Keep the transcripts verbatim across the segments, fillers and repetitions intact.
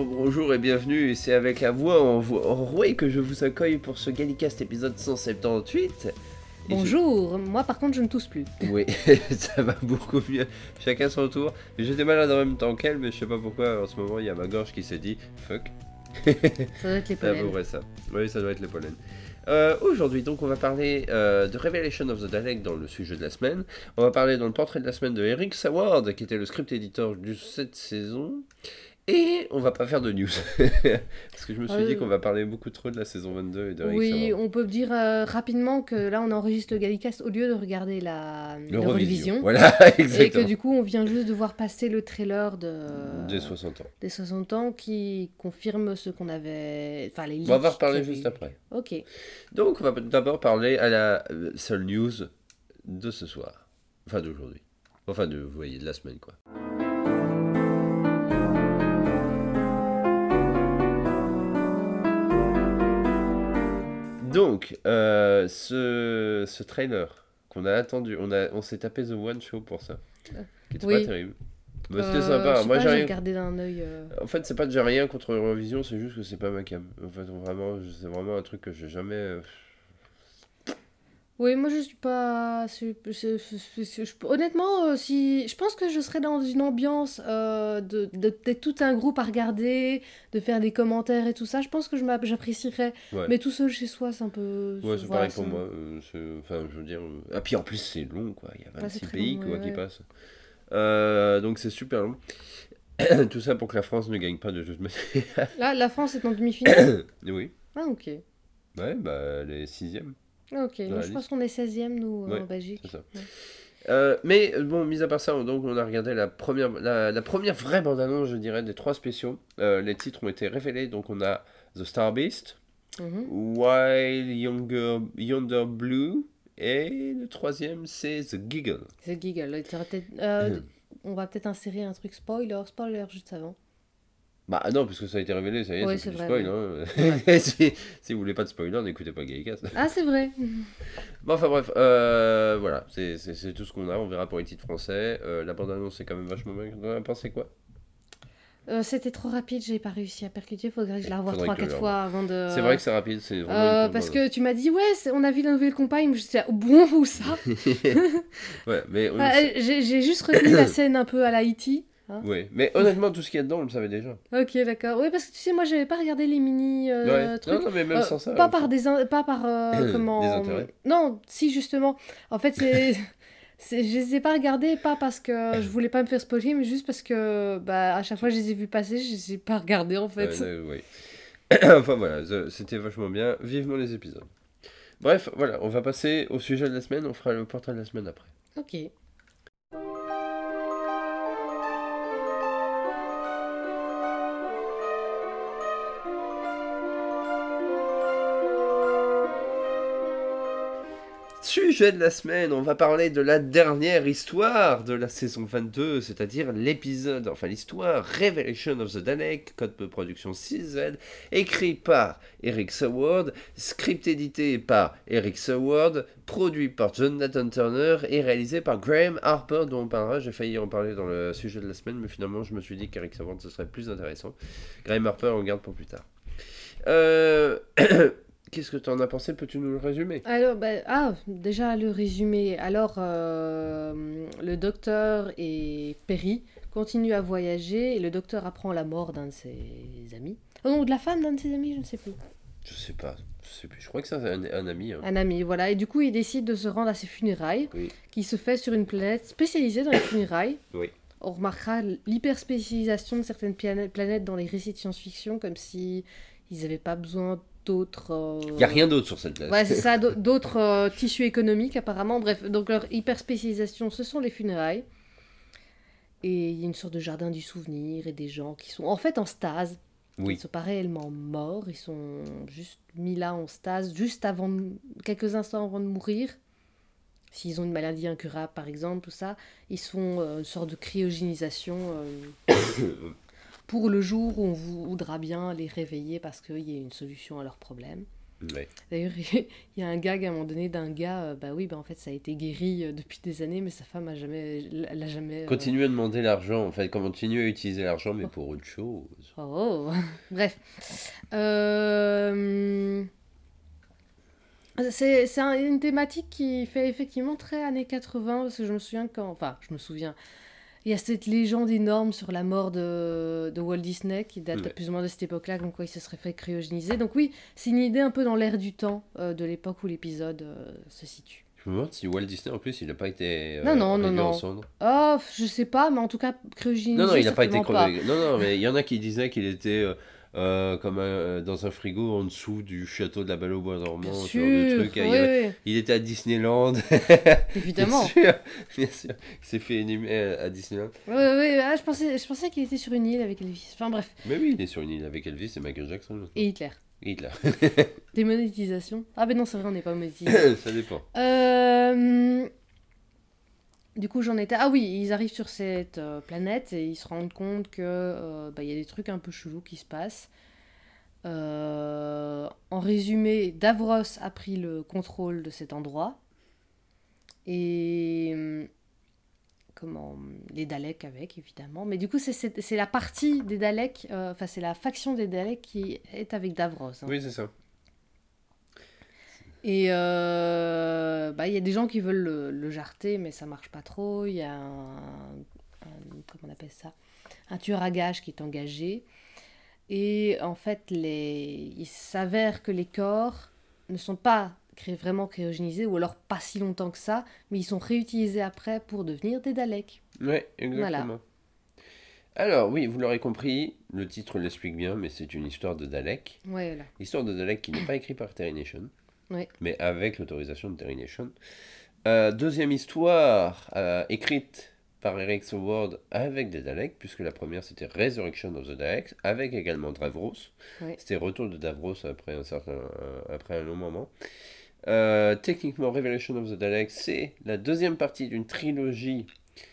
Bonjour, bonjour et bienvenue, et c'est avec la voix en voix enrouée que je vous accueille pour ce Gallicast épisode cent soixante-dix-huit. Et Bonjour, je... moi par contre je ne tousse plus. Oui, ça va beaucoup mieux, chacun son tour. J'étais malade en même temps qu'elle, mais je sais pas pourquoi en ce moment il y a ma gorge qui s'est dit fuck. Ça doit être les pollens. C'est à peu près ça. Oui, ça doit être les pollens. Euh, Aujourd'hui, donc, on va parler euh, de Revelation of the Dalek dans le sujet de la semaine. On va parler dans le portrait de la semaine de Eric Saward, qui était le script éditeur de cette saison. Et on va pas faire de news. Parce que je me suis euh... dit qu'on va parler beaucoup trop de la saison vingt-deux et de Eric Oui, Saward. on peut dire euh, rapidement que là on enregistre le Gallicast au lieu de regarder la l'Eurovision. Voilà, exactement. Et que du coup on vient juste de voir passer le trailer de... des soixante ans. Des soixante ans qui confirme ce qu'on avait... Enfin, les leaks. On va en reparler juste après. Ok. Donc on va d'abord parler à la seule news de ce soir. Enfin d'aujourd'hui. Enfin de, vous voyez, de la semaine quoi. Donc, euh, ce, ce trailer qu'on a attendu, on, a, on s'est tapé The One Show pour ça, qui était oui. pas terrible. Mais euh, c'était sympa. Je Moi, pas, j'ai rien... regardé d'un œil. Euh... En fait, c'est pas que j'ai rien contre Eurovision, c'est juste que c'est pas ma cam. En fait, vraiment, c'est vraiment un truc que j'ai jamais. Euh... Oui, moi je suis pas. C'est, c'est, c'est, c'est, je... Honnêtement, euh, si je pense que je serais dans une ambiance euh, de, de, d'être tout un groupe à regarder, de faire des commentaires et tout ça, je pense que je j'apprécierais. Ouais. Mais tout seul chez soi, c'est un peu. Ouais, c'est voilà, pareil pour c'est... moi. Euh, c'est... Enfin, je veux dire. Euh... Ah, puis en plus, c'est long, quoi. Il y a vingt-six ouais, pays long, quoi, ouais, qui ouais. passent. Euh, donc c'est super long. Tout ça pour que la France ne gagne pas de toute manière. Là, la France est en demi-finale. Oui. Ah, ok. Ouais, bah, elle est sixième. Ok, moi, je pense qu'on est seizième, nous, ouais, en Belgique. C'est ça. Ouais. Euh, mais, bon, mis à part ça, donc, on a regardé la première, la, la première vraie bande-annonce, je dirais, des trois spéciaux. Euh, les titres ont été révélés, donc on a The Star Beast, mm-hmm. While Younger, Yonder Blue, et le troisième, c'est The Giggle. The Giggle, euh, on va peut-être insérer un truc spoiler, spoiler juste avant. Bah non, parce que ça a été révélé, ça y est, ouais, c'est, c'est plus vrai, spoil. Ouais. Hein. Ouais. si, si vous voulez pas de spoiler, n'écoutez pas Gallicast. Ah, c'est vrai. Bon, enfin bref, euh, voilà, c'est, c'est, c'est tout ce qu'on a, on verra pour les titres français. Euh, la bande-annonce, c'est quand même vachement bien. Vous en avez pensé quoi ? Euh, c'était trop rapide, j'ai pas réussi à percuter, faudrait que je la revoie trois quatre fois avant de... C'est vrai que c'est rapide, c'est vraiment euh, Parce que tu m'as dit, ouais, c'est... on a vu la nouvelle compagne, mais je disais, bon, où ça? Ouais, mais... On... Ah, j'ai, j'ai juste retenu la scène un peu à la E T. Hein oui, mais honnêtement, tout ce qu'il y a dedans, on le savait déjà. Ok, d'accord. Oui, parce que tu sais, moi, j'avais pas regardé les mini euh, ouais. trucs. Non, non, mais même euh, sans ça. Pas par des... In... Pas par... Euh, comment... Des intérêts. Non, si, justement. En fait, c'est... C'est, je les ai pas regardés, pas parce que je voulais pas me faire spoiler, mais juste parce que bah, à chaque fois que je les ai vus passer, je les ai pas regardés en fait. Ouais, euh, oui. Enfin voilà, c'était vachement bien. Vivement les épisodes. Bref, voilà, on va passer au sujet de la semaine, on fera le portrait de la semaine après. Ok. Sujet de la semaine, on va parler de la dernière histoire de la saison vingt-deux, c'est-à-dire l'épisode, enfin l'histoire Revelation of the Dalek, code de production six Z, écrit par Eric Saward, script édité par Eric Saward, produit par Jonathan Turner et réalisé par Graham Harper, dont on parlera. J'ai failli en parler dans le sujet de la semaine, mais finalement je me suis dit qu'Eric Saward ce serait plus intéressant. Graham Harper, on garde pour plus tard. Euh... Qu'est-ce que tu en as pensé? Peux-tu nous le résumer? Alors, bah, ah, déjà le résumé. Alors, euh, le docteur et Perry continuent à voyager et le docteur apprend la mort d'un de ses amis. Oh non, de la femme d'un de ses amis, je ne sais plus. Je sais pas, je sais plus. Je crois que c'est un, un ami. Hein. Un ami, voilà. Et du coup, il décide de se rendre à ses funérailles, oui. Qui se fait sur une planète spécialisée dans les funérailles. Oui. On remarquera l'hyperspécialisation de certaines planètes dans les récits de science-fiction, comme si ils n'avaient pas besoin d'autres... Euh... Il n'y a rien d'autre sur cette planète. Ouais, c'est ça, d'autres euh, tissus économiques apparemment. Bref, donc leur hyperspécialisation, ce sont les funérailles. Et il y a une sorte de jardin du souvenir et des gens qui sont en fait en stase. Oui. Ils ne sont pas réellement morts, ils sont juste mis là en stase, juste avant, de... quelques instants avant de mourir. S'ils ont une maladie incurable par exemple, tout ça, ils se font euh, une sorte de cryogénisation... Euh... pour le jour où on voudra bien les réveiller parce qu'il y a une solution à leurs problèmes. Ouais. D'ailleurs, il y a un gag à un moment donné d'un gars, euh, bah oui, bah en fait, ça a été guéri euh, depuis des années, mais sa femme a jamais, elle a jamais. euh, Continue à demander l'argent, en fait, continue à utiliser l'argent, mais Oh, pour autre chose. oh, oh. Bref. Euh, C'est, c'est un- une thématique qui fait effectivement très années quatre-vingts, parce que je me souviens quand. Enfin, je me souviens. Il y a cette légende énorme sur la mort de, de Walt Disney, qui date Ouais. plus ou moins de cette époque-là, comme quoi il se serait fait cryogéniser. Donc, oui, c'est une idée un peu dans l'air du temps euh, de l'époque où l'épisode euh, se situe. Je me demande si Walt Disney, en plus, il n'a pas été Non, euh, non, non, réduit en non. cendres. Oh, je sais pas, mais en tout cas, Non, non, cryogénisé, il n'a pas été certainement pas. crevé. Non, non, mais il y en a qui disaient qu'il était euh, euh, comme un- euh, dans un frigo en dessous du château de la Belle au Bois Bien dormant, ce genre de sûr, truc. oui, Il, y avait- oui, il était à Disneyland, bien évidemment. sûr, bien sûr. Il s'est fait inhumer à à Disneyland. Oui, oui, ah, je pensais, je pensais qu'il était sur une île avec Elvis. Enfin, bref. Mais oui, il est sur une île avec Elvis et Michael Jackson maintenant. Et Hitler. Hitler. Démonétisation. Ah, ben non, c'est vrai, on n'est pas monétisé. Ça dépend. Euh, Du coup, j'en étais. Ah oui, ils arrivent sur cette euh, planète et ils se rendent compte que euh, bah, il y a des trucs un peu chelous qui se passent. Euh, En résumé, Davros a pris le contrôle de cet endroit et hum, comment les Daleks avec évidemment. Mais du coup, c'est c'est- c'est la partie des Daleks, euh, enfin c'est la faction des Daleks qui est avec Davros, hein. Oui, c'est ça. Et euh, bah, il y a des gens qui veulent le, le jarter, mais ça marche pas trop. Il y a un, un- comment on appelle ça? Un tueur à gages qui est engagé. Et en fait, les... il s'avère que les corps ne sont pas cré- vraiment cryogénisés, ou alors pas si longtemps que ça, mais ils sont réutilisés après pour devenir des Daleks. Ouais, Voilà. exactement. Alors, oui, vous l'aurez compris, le titre l'explique bien, mais c'est une histoire de Dalek. Ouais, voilà. Histoire de Dalek qui n'est pas écrite par Terry Nation, Ouais. mais avec l'autorisation de Terry Nation. Euh, deuxième histoire, euh, écrite par Eric Soward avec des Daleks, puisque la première c'était Resurrection of the Daleks, avec également Davros. Ouais. C'était Retour de Davros après un, certain, euh, après un long moment. Euh, techniquement, Revelation of the Daleks, c'est la deuxième partie d'une trilogie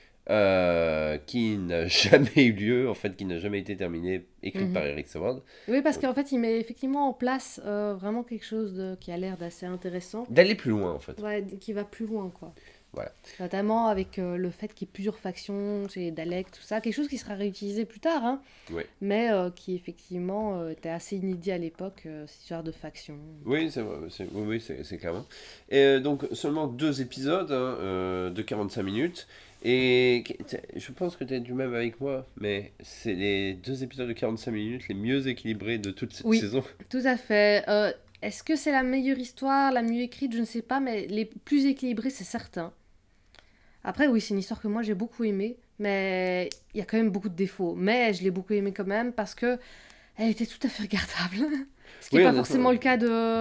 euh, qui n'a jamais eu lieu, en fait, qui n'a jamais été terminée, écrite Mhm. par Eric Soward. Oui, parce qu'en fait, il met effectivement en place euh, vraiment quelque chose de... qui a l'air d'assez intéressant. D'aller plus loin, en fait. Ouais, qui va plus loin, quoi. Voilà. Notamment avec euh, le fait qu'il y ait plusieurs factions chez les Daleks, tout ça. Quelque chose qui sera réutilisé plus tard, hein. Ouais. Mais euh, qui effectivement euh, était assez inédit à l'époque, euh, cette histoire de factions. Oui, c'est vrai, c'est, oui, oui, c'est, c'est clairement. Et euh, donc, seulement deux épisodes hein, euh, de quarante-cinq minutes. Et qui- t'es- je pense que tu es du même avec moi, mais c'est les deux épisodes de quarante-cinq minutes les mieux équilibrés de toute cette Oui. saison. Tout à fait. Euh, est-ce que c'est la meilleure histoire, la mieux écrite? Je ne sais pas, mais les plus équilibrés, c'est certain. Après, oui, c'est une histoire que moi j'ai beaucoup aimée, mais il y a quand même beaucoup de défauts. Mais je l'ai beaucoup aimée quand même parce que elle était tout à fait regardable. Ce qui Oui, n'est pas honnêtement. forcément le cas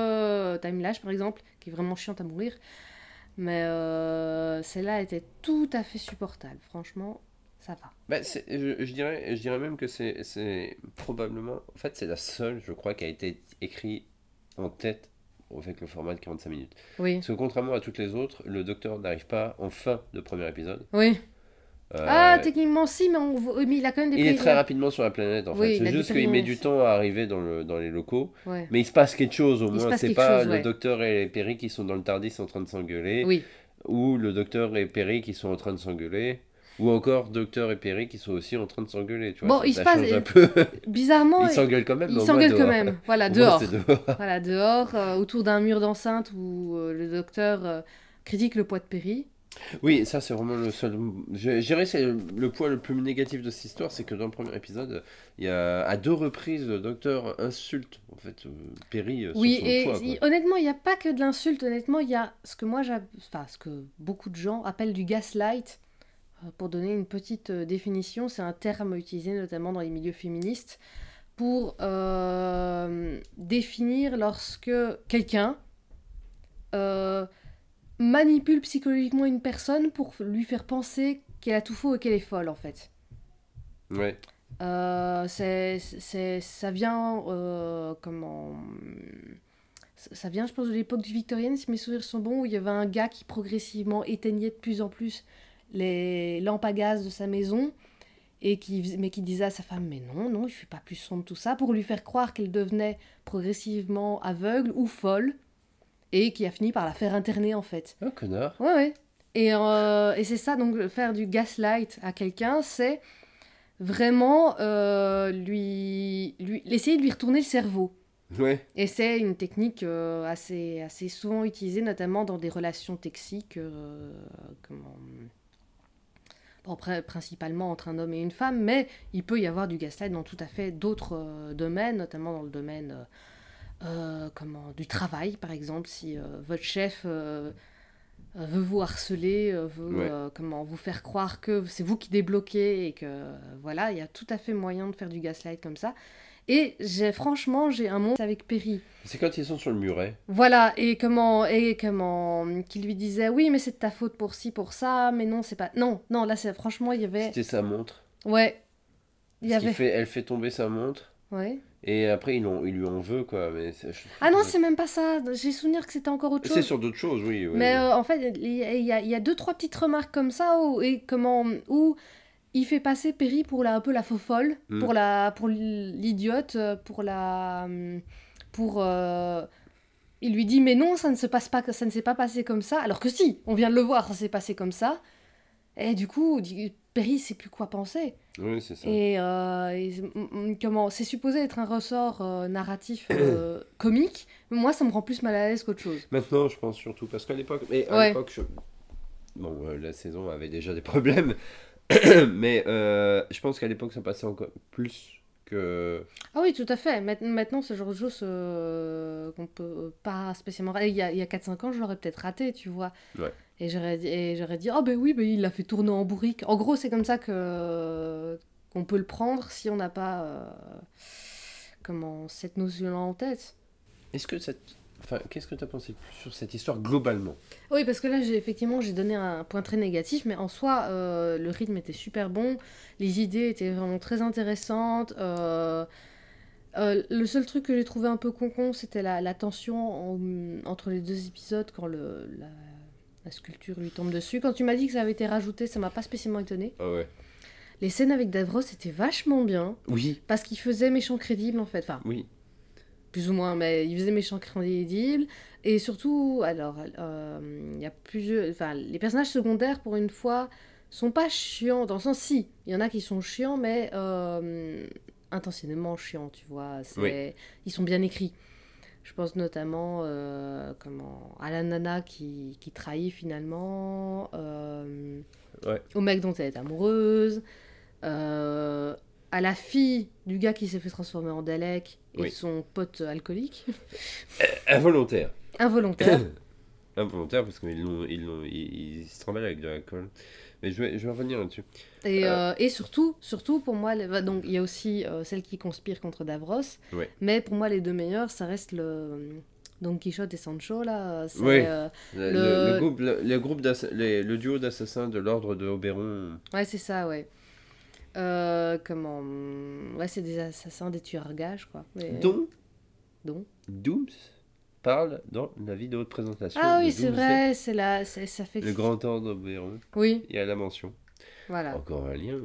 de Time Lash, par exemple, qui est vraiment chiante à mourir. Mais euh, celle-là était tout à fait supportable. Franchement, ça va. Bah, c'est- je, je dirais, je dirais même que c'est, c'est probablement, en fait, c'est la seule, je crois, qui a été écrite en tête avec le format de quarante-cinq minutes. Oui. Parce que contrairement à toutes les autres, le docteur n'arrive pas en fin de premier épisode. Oui. Euh, Ah, techniquement, si, mais, on... voit- mais il a quand même des il est périodes. très rapidement sur la planète, en Oui, fait. il C'est a des juste qu'il met périodes. du temps à arriver dans, le, dans les locaux. Ouais. Mais il se passe quelque chose, au Il se moins. passe C'est quelque pas chose, le ouais. docteur et Perry qui sont dans le Tardis en train de s'engueuler. Oui. Ou le docteur et Perry qui sont en train de s'engueuler. Ou encore docteur et Perry qui sont aussi en train de s'engueuler. Tu vois, Bon, ça, il ça se passe- change un peu. Bizarrement, Ils s'engueulent quand même. il mais au s'engueule moins quand dehors. même. Voilà, Au moins, dehors. c'est dehors. Voilà, dehors, euh, autour d'un mur d'enceinte où euh, le docteur euh, critique le poids de Perry. Oui, ça c'est vraiment le seul. Je je dirais que c'est le, le point le plus négatif de cette histoire, c'est que dans le premier épisode, il y a à deux reprises le docteur insulte en fait euh, Perry euh, sur Oui, son et poids. il- Quoi. honnêtement, il n'y a pas que de l'insulte. Honnêtement, il y a ce que moi, j'app- enfin, ce que beaucoup de gens appellent du gaslight. Euh, Pour donner une petite euh, définition, c'est un terme utilisé notamment dans les milieux féministes pour euh, définir lorsque quelqu'un euh, manipule psychologiquement une personne pour f- lui faire penser qu'elle a tout faux et qu'elle est folle, en fait. Ouais. Euh, c'est, c'est, ça vient, euh, comment... Ça ça vient, je pense, de l'époque victorienne, si mes souvenirs sont bons, où il y avait un gars qui progressivement éteignait de plus en plus les lampes à gaz de sa maison. et qui, mais qui disait à sa femme, mais non, non, il fait pas plus sombre tout ça, pour lui faire croire qu'elle devenait progressivement aveugle ou folle, et qui a fini par la faire interner en fait. Oh, connard. Ouais, ouais. Et, euh, et c'est ça, donc faire du gaslight à quelqu'un, c'est vraiment euh, lui, lui, essayer de lui retourner le cerveau. Ouais. Et c'est une technique euh, assez, assez souvent utilisée, notamment dans des relations toxiques, euh, comment... bon, pr- principalement entre un homme et une femme, mais il peut y avoir du gaslight dans tout à fait d'autres euh, domaines, notamment dans le domaine euh, euh, comment, du travail, par exemple, si euh, votre chef euh, euh, veut vous harceler, euh, veut Ouais. euh, comment, vous faire croire que c'est vous qui débloquez, et que euh, voilà, il y a tout à fait moyen de faire du gaslight comme ça. Et j'ai, franchement, j'ai un monstre avec Perry. C'est quand ils sont sur le muret. Voilà, et comment, et comment, qui lui disait, oui, mais c'est de ta faute pour ci, pour ça, mais non, c'est pas... Non, non, là, c'est franchement, il y avait... C'était sa montre. Ouais, il y Parce qu'il avait... fait, elle fait tomber sa montre. Ouais. Et après, il, en- il lui en veut, quoi. Mais c'est- je trouve Ah non, que- c'est même pas ça, j'ai souvenir que c'était encore autre C'est chose. sur d'autres choses, oui. ouais, Mais ouais. euh, en fait, il y, a- il y a, il y a deux, trois petites remarques comme ça, où, et comment, où il fait passer Perry pour la, un peu la faux-folle, Mm. pour, la, pour l'idiote, euh, pour la... pour... euh, il lui dit, mais non, ça ne se passe pas, ça ne s'est pas passé comme ça, alors que si, on vient de le voir, ça s'est passé comme ça. Et du coup, dit- Perry sait plus quoi penser. Oui, c'est ça. Et, euh, et c'est- m- m- comment, c'est supposé être un ressort euh, narratif euh, comique, mais moi, ça me rend plus mal à l'aise qu'autre chose. Maintenant, je pense surtout, parce qu'à l'époque, mais à Ouais. l'époque, je- bon, euh, la saison avait déjà des problèmes, mais euh, je pense qu'à l'époque, ça passait encore plus que. Ah oui, tout à fait. Maint- Maintenant, ce genre de choses euh, qu'on peut pas spécialement... Il y a, il y a quatre cinq ans, je l'aurais peut-être raté, tu vois. Ouais. Et j'aurais dit, et j'aurais dit, oh ben oui, ben il l'a fait tourner en bourrique. En gros, c'est comme ça que qu'on peut le prendre si on n'a pas euh, comment, cette notion-là en tête. Est-ce que cette. Enfin, qu'est-ce que tu as pensé sur cette histoire globalement? Oui, parce que là, j'ai, effectivement, j'ai donné un point très négatif, mais en soi, euh, le rythme était super bon, les idées étaient vraiment très intéressantes. euh, euh, le seul truc que j'ai trouvé un peu concon, c'était la, la tension en- entre les deux épisodes quand le, la, la sculpture lui tombe dessus. Quand tu m'as dit que ça avait été rajouté, ça m'a pas spécialement étonné. Ah ouais. Les scènes avec Davros étaient vachement bien, Oui, parce qu'il faisait méchant crédible en fait. Enfin, oui. plus ou moins, mais il faisait méchant crédible. Et surtout, alors, euh, il y a plusieurs. Enfin, les personnages secondaires, pour une fois, sont pas chiants. Dans le sens, si, il y en a qui sont chiants, mais euh, intentionnellement chiants, tu vois. C'est... Oui. Ils sont bien écrits. Je pense notamment euh, comment, à la nana qui, qui trahit finalement, euh, Ouais. au mec dont elle est amoureuse, euh, à la fille du gars qui s'est fait transformer en Dalek et Oui. son pote alcoolique, Involontaire. involontaire. Involontaire parce qu'ils l'ont, ils, l'ont, ils, ils se tremballent avec de l'alcool. Mais je vais, je vais revenir là-dessus. Et, Euh. euh, et surtout, surtout, pour moi, les- bah, donc il y a aussi euh, celle qui conspire contre Davros, Ouais. mais pour moi, les deux meilleurs, ça reste le Don Quichotte et Sancho, là. C'est, Oui. euh, Le, Le- le- le groupe, le, le groupe d'ass- les- le duo d'assassins de l'ordre de Oberon. ouais, c'est ça, ouais. Euh, comment... Ouais, c'est des assassins, des tueurs à gages, quoi. Mais- Dont dont Dooms parle dans la vidéo de présentation. Ah de oui, c'est Doomsday, vrai, c'est là, c'est, ça fait... Le grand ordre d'Oberon. Oui, Il y a la mention. voilà. Encore un lien.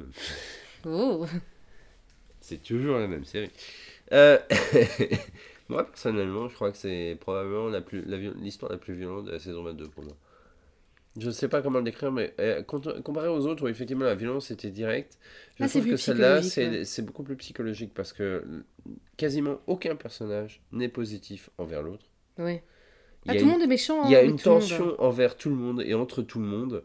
Oh. C'est toujours la même série. Euh, Moi, personnellement, je crois que c'est probablement la plus, la, viol- l'histoire la plus violente de la saison vingt-deux pour moi. Je ne sais pas comment le décrire, mais euh, cont- comparé aux autres où effectivement la violence était directe, je Ah, c'est trouve plus que celle-là, psychologique, c'est, ouais. c'est beaucoup plus psychologique parce que quasiment aucun personnage n'est positif envers l'autre. Oui. Il Ah, y a tout le une- monde est méchant. Il y a hein, une mais tout le monde, tension hein. envers tout le monde et entre tout le monde.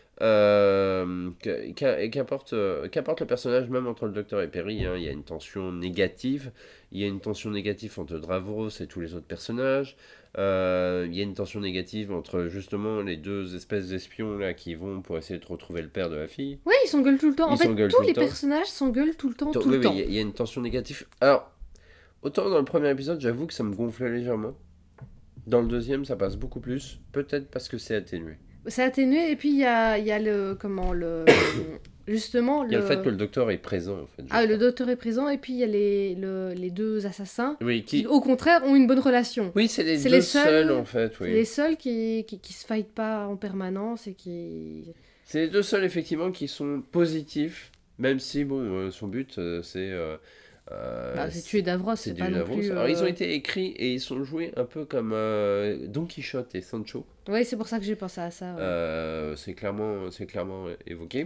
Euh, que- qu'a- qu'importe, euh, qu'importe le personnage, même entre le docteur et Perry, hein, il y a une tension négative. Il y a une tension négative entre Davros et tous les autres personnages. Euh, il y a une tension négative entre justement les deux espèces d'espions là qui vont pour essayer de retrouver le père de la fille. Oui, ils s'engueulent tout le temps. En Ils fait, s'engueulent tous tout le les temps. personnages s'engueulent tout le temps, Donc, tout oui, le oui, temps. il y a- il y a une tension négative. Alors, autant dans le premier épisode, j'avoue que ça me gonflait légèrement. Dans le deuxième, ça passe beaucoup plus. Peut-être parce que c'est atténué. C'est atténué, et puis il y a, il y a le... Comment, le... Justement, Il y a le... le fait que le docteur est présent en fait. je Ah, le crois. docteur est présent, et puis il y a les, le- les deux assassins Oui, qui, qui... au contraire, ont une bonne relation. oui, c'est les C'est deux les seuls- seuls en fait. C'est Oui. les seuls qui, qui, qui se fightent pas en permanence et qui... C'est les deux seuls effectivement qui sont positifs, Même si, bon, euh, son but, euh, c'est... euh, euh, Bah, c'est tuer Davros, c'est c'est du pas non Davros. plus. Alors, ils ont euh, été écrits et ils sont joués un peu comme euh, Don Quichotte et Sancho. Ouais, c'est pour ça que j'ai pensé à ça, ouais. Euh, c'est clairement, c'est clairement évoqué.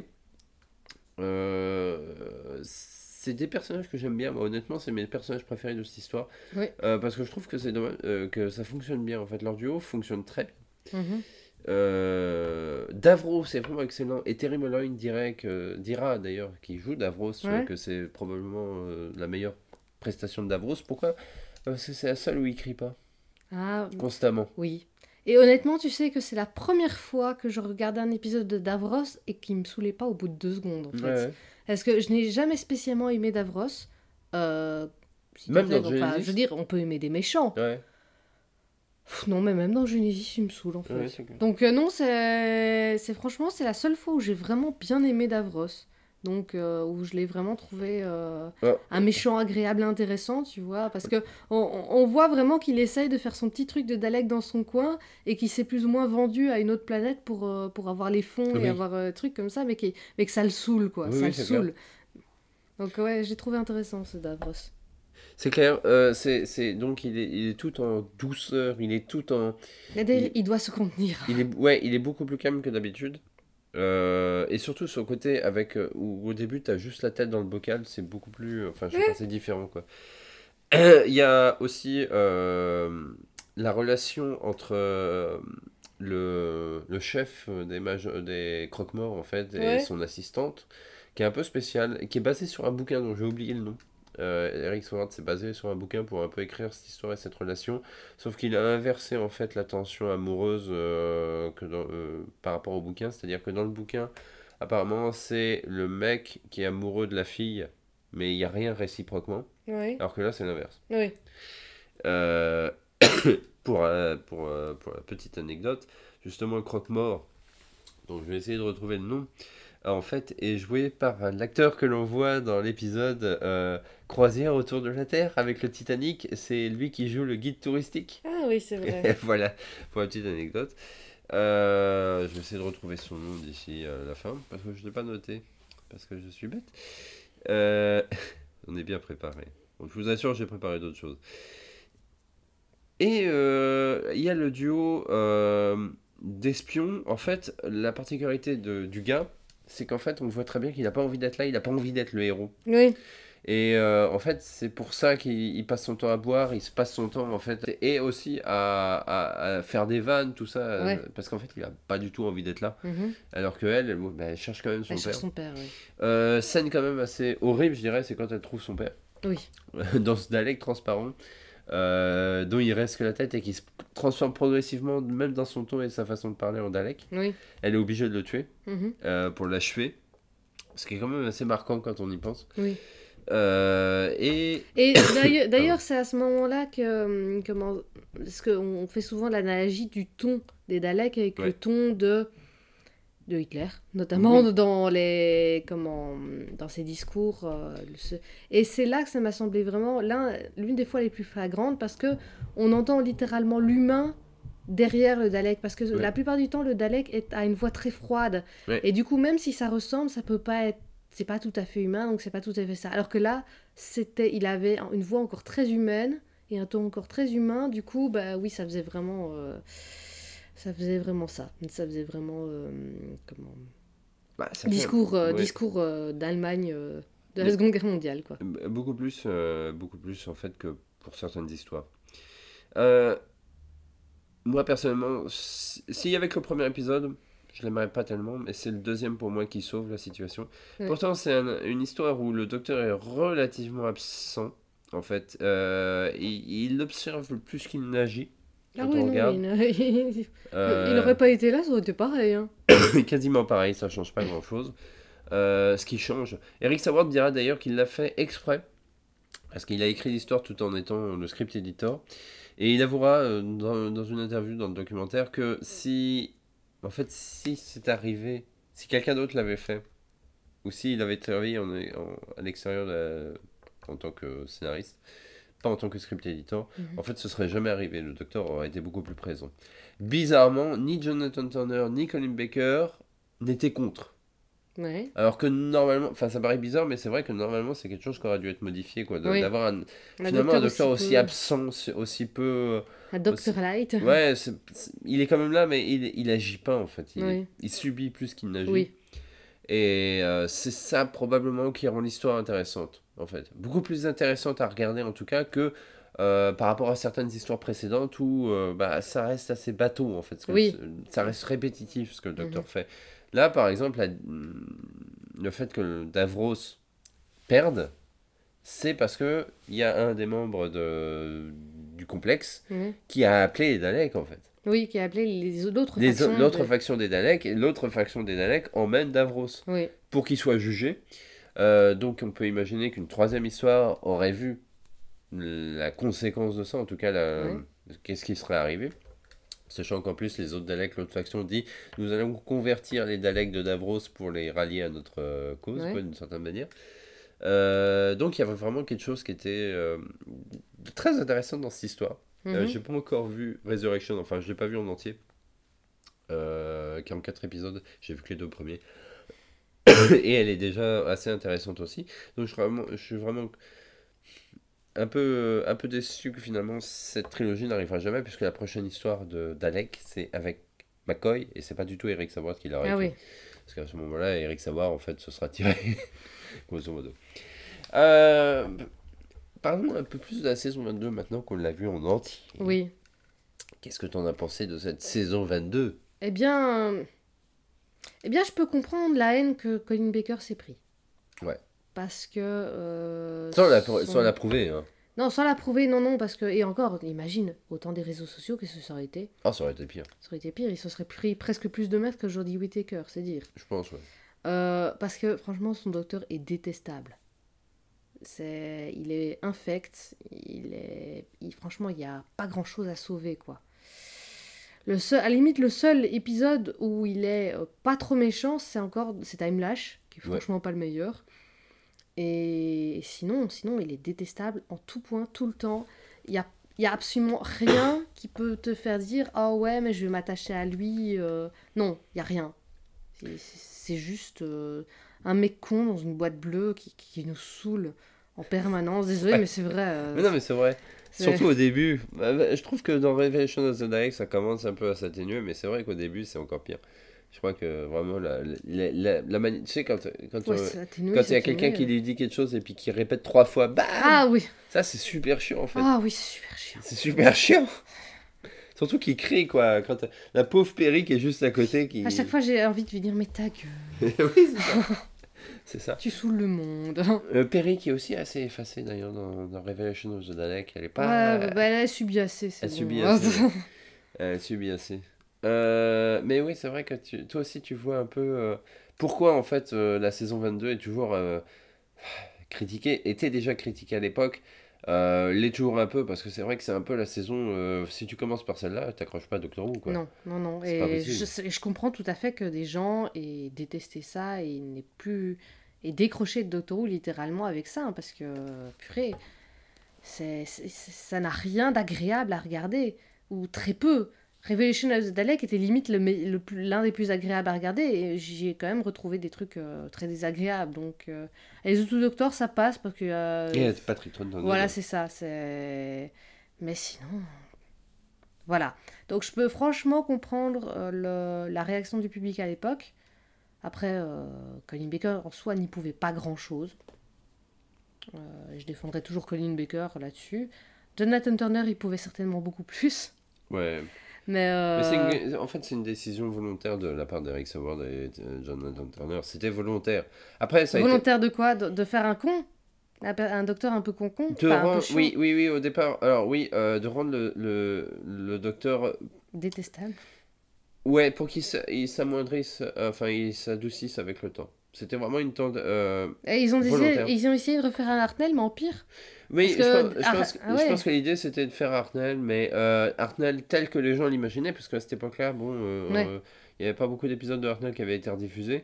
Euh, c'est des personnages que j'aime bien. Moi, honnêtement, c'est mes personnages préférés de cette histoire. Oui. Euh, parce que je trouve que c'est dommage, euh, que ça fonctionne bien. En fait, leur duo fonctionne très bien. Mhm. Euh, Davros, c'est vraiment excellent. Et Terry Mulloy dirait que, dira d'ailleurs, qui joue Davros, euh, Ouais. que c'est probablement euh, la meilleure prestation de Davros. Pourquoi? Parce que c'est la seule où il crie pas, Ah, constamment. oui. Et honnêtement, tu sais que c'est la première fois que je regardais un épisode de Davros et qui me saoulait pas au bout de deux secondes, en Ouais, fait. ouais. Parce que je n'ai jamais spécialement aimé Davros. Euh, si tant Même est dans qu'on- enfin, je veux Genesis. dire, on peut aimer des méchants. Ouais, Pff, non, mais même dans Genesis, il me saoule, en ouais, fait. c'est clair. Donc euh, non, c'est c'est franchement, c'est la seule fois où j'ai vraiment bien aimé Davros. Donc euh, où je l'ai vraiment trouvé euh, Ah, un méchant agréable et intéressant, tu vois. Parce que on, on- on voit vraiment qu'il essaye de faire son petit truc de Dalek dans son coin et qu'il s'est plus ou moins vendu à une autre planète pour, euh, pour avoir les fonds et oui, avoir euh, trucs comme ça, mais, qui, mais que ça le saoule, quoi. oui, Ça oui, le c'est clair. saoule. Donc ouais, j'ai trouvé intéressant ce Davros. C'est clair. Euh, c'est, c'est, donc, il est, il est tout en douceur, il est tout en. Mais d'ailleurs, Il, il doit se contenir. il est, ouais, il est beaucoup plus calme que d'habitude. Euh, et surtout son côté avec euh, où au début t'as juste la tête dans le bocal, c'est beaucoup plus, enfin je sais pas, c'est différent quoi. Il y a aussi euh, la relation entre euh, le, le chef des, mage- des croque-morts en fait et Ouais. son assistante, qui est un peu spéciale, et qui est basée sur un bouquin dont j'ai oublié le nom. Euh, Eric Swart s'est basé sur un bouquin pour un peu écrire cette histoire et cette relation, sauf qu'il a inversé en fait la tension amoureuse euh, que dans- euh, par rapport au bouquin, c'est-à-dire que dans le bouquin, apparemment c'est le mec qui est amoureux de la fille, mais il n'y a rien réciproquement. Ouais. Alors que là, c'est l'inverse. Oui. Euh, pour, euh, pour, euh, pour la petite anecdote, justement, le croque-mort, dont je vais essayer de retrouver le nom, euh, en fait, est joué par euh, l'acteur que l'on voit dans l'épisode euh, Croisière autour de la Terre avec le Titanic. C'est lui qui joue le guide touristique. Ah oui, c'est vrai. Et voilà, pour la petite anecdote. Euh, je vais essayer de retrouver son nom d'ici euh, la fin, parce que je ne l'ai pas noté, parce que je suis bête. Euh, on est bien préparé. Bon, je vous assure, j'ai préparé d'autres choses. Et euh, il y a le duo euh, d'espions. En fait, la particularité de- du gars, c'est qu'en fait, on voit très bien qu'il n'a pas envie d'être là, il n'a pas envie d'être le héros. Oui. Et euh, en fait, c'est pour ça qu'il il passe son temps à boire, il se passe son temps, en fait, et aussi à, à- à faire des vannes, tout ça, euh, Ouais. parce qu'en fait, il n'a pas du tout envie d'être là. Mhm. Alors qu'elle, elle, bah, elle cherche quand même son Elle cherche père. son père, oui. Euh, scène quand même assez horrible, je dirais, c'est quand elle trouve son père, Oui. dans ce Dalek transparent. Euh, dont il reste que la tête et qui se transforme progressivement, même dans son ton et sa façon de parler en Dalek. Oui. Elle est obligée de le tuer Mhm. euh, pour l'achever, ce qui est quand même assez marquant quand on y pense. Oui. Euh, et Et d'ailleurs, d'ailleurs, c'est à ce moment-là que, hum, comment, parce qu'on fait souvent l'analogie du ton des Daleks avec le ouais, ton de, de Hitler, notamment oui, dans les, comment, dans ses discours. euh, ce- Et c'est là que ça m'a semblé vraiment l'un, l'une des fois les plus flagrantes parce que on entend littéralement l'humain derrière le Dalek parce que ouais, la plupart du temps le Dalek est, a une voix très froide ouais, et du coup même si ça ressemble ça peut pas être c'est pas tout à fait humain donc c'est pas tout à fait ça alors que là c'était il avait une voix encore très humaine et un ton encore très humain du coup bah oui ça faisait vraiment euh, ça faisait vraiment ça ça faisait vraiment euh, comment bah, ça fait discours euh, ouais, discours euh, d'Allemagne euh, de la mais Seconde Guerre mondiale quoi. b- beaucoup plus, euh, beaucoup plus en fait que pour certaines histoires. Euh, Moi personnellement, si- s'il y avait que le premier épisode, je l'aimerais pas tellement, mais c'est le deuxième pour moi qui sauve la situation. Ouais. Pourtant, c'est un- une histoire où le docteur est relativement absent, en fait. Euh, il, il observe plus qu'il n'agit Ah quand oui on non regarde. il, il Euh, aurait pas été là ça aurait été pareil hein. Quasiment pareil, ça change pas grand-chose. Euh, ce qui change, Eric Saward dira d'ailleurs qu'il l'a fait exprès, parce qu'il a écrit l'histoire tout en étant le script editor. Et il avouera euh, dans, dans une interview dans le documentaire que si, en fait, si c'est arrivé, si quelqu'un d'autre l'avait fait, ou s'il avait travaillé en, en- à l'extérieur de la- en tant que scénariste, pas en tant que script editor, Mhm. en fait, ce serait jamais arrivé. Le docteur aurait été beaucoup plus présent. Bizarrement, ni Jonathan Turner ni Colin Baker n'étaient contre. Ouais. Alors que normalement, enfin ça paraît bizarre, mais c'est vrai que normalement c'est quelque chose qui aurait dû être modifié, quoi. de- Oui. D'avoir un, Un finalement un docteur docteur aussi aussi peu. absent, aussi aussi peu. Un Aussi... docteur light. Ouais, c'est- c'est- il est quand même là, mais il, il agit pas en fait. Il, est- Oui. il subit plus qu'il n'agit. Oui. Et euh, c'est ça probablement qui rend l'histoire intéressante, en fait. Beaucoup plus intéressante à regarder en tout cas que euh, par rapport à certaines histoires précédentes où euh, bah, ça reste assez bateau en fait. Ce que le- Oui. ça reste répétitif ce que le Mhm. docteur fait. Là par exemple, la- le fait que Davros perde, c'est parce que il y a un des membres de, du complexe Mhm. qui a appelé les Daleks en fait. Oui, qui a appelé les l'autre Les o- faction. L'autre de- faction des Daleks, et l'autre faction des Daleks emmène Davros Oui. pour qu'il soit jugé. Euh, donc on peut imaginer qu'une troisième histoire aurait vu la conséquence de ça, en tout cas la... Ouais. qu'est-ce qui serait arrivé. Sachant qu'en plus les autres Daleks, l'autre faction dit nous allons convertir les Daleks de Davros pour les rallier à notre euh, cause, Ouais. quoi, d'une certaine manière. Euh, donc il y avait vraiment quelque chose qui était euh, de très intéressant dans cette histoire. Euh, Mhm. j'ai pas encore vu Resurrection, enfin je l'ai pas vu en entier. Euh, quarante-quatre épisodes, j'ai vu que les deux premiers. Et elle est déjà assez intéressante aussi. Donc je suis vraiment, je suis vraiment un peu, un peu déçu que finalement cette trilogie n'arrivera jamais, puisque la prochaine histoire de d'Alec, c'est avec McCoy, et c'est pas du tout Eric Saward qui l'aurait Ah écrit. oui. Parce qu'à ce moment-là, Eric Saward, en fait, se sera tiré, grosso modo. Euh, Parlons un peu plus de la saison vingt-deux maintenant qu'on l'a vue en entier. Oui. Qu'est-ce que t'en as pensé de cette saison vingt-deux? Eh bien, eh bien, je peux comprendre la haine que Colin Baker s'est pris. Ouais. Parce que. euh, Sans la, son- sans la prouver, hein. Non, sans la prouver, non, non, parce que. Et encore, imagine, autant des réseaux sociaux, qu'est-ce que ça aurait été? Ah, ça aurait été pire, Ça aurait été pire, il se serait pris presque plus de mètres que Jodie Whittaker, c'est dire. je pense, ouais. Euh, parce que franchement, son docteur est détestable. C'est, il est infect, il est, il- franchement, il y a pas grand chose à sauver, quoi. Le seul, à la limite, le seul épisode où il est euh, pas trop méchant, c'est encore, c'est Time Lash, qui est Ouais. franchement pas le meilleur. Et sinon, sinon, il est détestable en tout point, tout le temps. Il y a, il y a absolument rien qui peut te faire dire, ah ouais, mais je vais m'attacher à lui. euh. Non, il y a rien. C'est- C'est juste euh, un mec con dans une boîte bleue qui, qui nous saoule en permanence. Désolé, Ouais. mais c'est vrai. euh, Mais non, mais c'est vrai. c'est- Surtout au début. Bah, Je trouve que dans Revelation of the Daleks, ça commence un peu à s'atténuer, mais c'est vrai qu'au début, c'est encore pire. Je crois que vraiment, la, la, la, la mani- tu sais, quand, quand, Ouais, euh, c'est atténué, quand il y c'est a quelqu'un qui atténué. lui dit quelque chose et puis qui répète trois fois, bam, Ah oui, ça c'est super chiant en fait. ah oui, c'est super chiant. C'est super chiant. Surtout qu'il crie quoi. Quand la pauvre Perry qui est juste à côté qui. À chaque fois, j'ai envie de lui dire, mais ta gueule, Oui, c'est ça. C'est ça. tu saoules le monde. Euh, Perry qui est aussi assez effacée d'ailleurs dans, dans Revelation of the Dalek. Elle est pas. Ouais, bah, elle a subi assez, c'est Elle bon. subit assez. Elle subit assez. Euh, mais oui, c'est vrai que tu- toi aussi tu vois un peu euh, pourquoi en fait euh, la saison vingt-deux est toujours euh, critiquée, était déjà critiquée à l'époque, euh, l'est toujours un peu parce que c'est vrai que c'est un peu la saison. Euh, si tu commences par celle-là, t'accroches pas à Doctor Who quoi. Non, non, non. C'est pas Et possible. je, sais- je comprends tout à fait que des gens aient détesté ça et n'aient plus. Et décroché de Doctor Who littéralement avec ça, hein, parce que, purée, c'est, c'est- c'est- ça n'a rien d'agréable à regarder, ou très peu. Revelation of the Dalek était limite le, me- le plus- l'un des plus agréables à regarder, et j'y ai quand même retrouvé des trucs euh, très désagréables. Donc, euh, et les autres docteurs, ça passe, parce que. euh, Et Patrick Troughton. voilà, c'est ça. C'est... Mais sinon. Voilà. Donc je peux franchement comprendre euh, le- la réaction du public à l'époque. Après, euh, Colin Baker en soi n'y pouvait pas grand-chose. Euh, je défendrai toujours Colin Baker là-dessus. Jonathan Turner, il pouvait certainement beaucoup plus. Ouais. Mais, euh, Mais c'est une- en fait, c'est une décision volontaire de la part d'Eric Saward et euh, Jonathan Turner. C'était volontaire. Après, ça a été. volontaire de quoi de, de faire un con un, pe- un docteur un peu con-con De Enfin, un peu rendre- chiant. oui, oui, oui, au départ. Alors, oui, euh, de rendre le, le, le docteur. Détestable. Ouais, pour qu'il s'a- il s'amoindrisse, euh, enfin, il s'adoucisse avec le temps. C'était vraiment une tente. Euh... Et ils, ont essayé, Volontaire. ils ont essayé de refaire un Hartnell, mais en pire. Oui, Parce je que- pense, je ah, pense- ah je ouais. pense que l'idée c'était de faire Hartnell, mais euh, Hartnell tel que les gens l'imaginaient, parce qu'à cette époque-là, bon, euh, Ouais. euh, il n'y avait pas beaucoup d'épisodes de Hartnell qui avaient été rediffusés.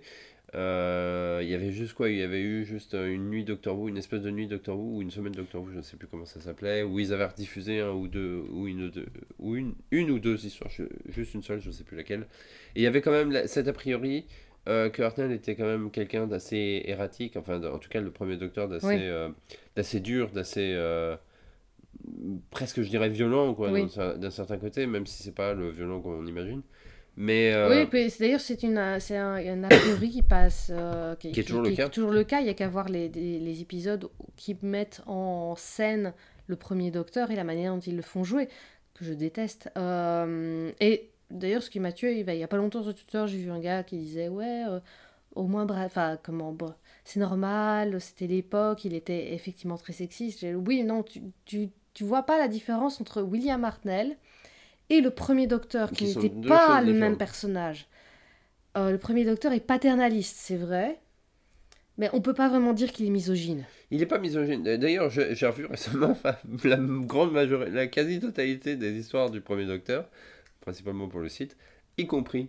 Euh, Il y avait juste quoi? Il y avait eu juste euh, une nuit Doctor Who, une espèce de nuit Doctor Who, ou une semaine Doctor Who, je ne sais plus comment ça s'appelait, où ils avaient rediffusé un ou deux, ou une, ou deux- ou une, une ou deux histoires, je- juste une seule, je ne sais plus laquelle. Et il y avait quand même la- cet a priori euh, que Hartnell était quand même quelqu'un d'assez erratique, enfin, de- en tout cas, le premier docteur d'assez Oui, euh, d'assez dur, d'assez. Euh, presque, je dirais, violent, quoi, d'un oui. cer- d'un certain côté, même si c'est pas le violent qu'on imagine. Mais. Oui, euh, puis c'est- d'ailleurs, c'est une, euh, c'est un, un a priori qui passe, euh, qui, qui est qui- toujours le qui est cas. toujours le cas. Il y a qu'à voir les, les, les épisodes qui mettent en scène le premier Docteur et la manière dont ils le font jouer, que je déteste. Euh, et d'ailleurs, ce qui m'a tué, il va- il y a pas longtemps sur Twitter, j'ai vu un gars qui disait, ouais, euh, au moins, bref, enfin, comment, bon, c'est normal, c'était l'époque, il était effectivement très sexiste. J'ai- Oui, non, tu, tu, tu vois pas la différence entre William Hartnell et le premier Docteur, qui Qui sont n'était deux pas choses le même différentes. personnage. Euh, le premier Docteur est paternaliste, c'est vrai, mais on peut pas vraiment dire qu'il est misogyne. Il n'est pas misogyne. D'ailleurs, je- j'ai revu récemment la grande majorité, la quasi-totalité des histoires du premier Docteur, principalement pour le site, y compris.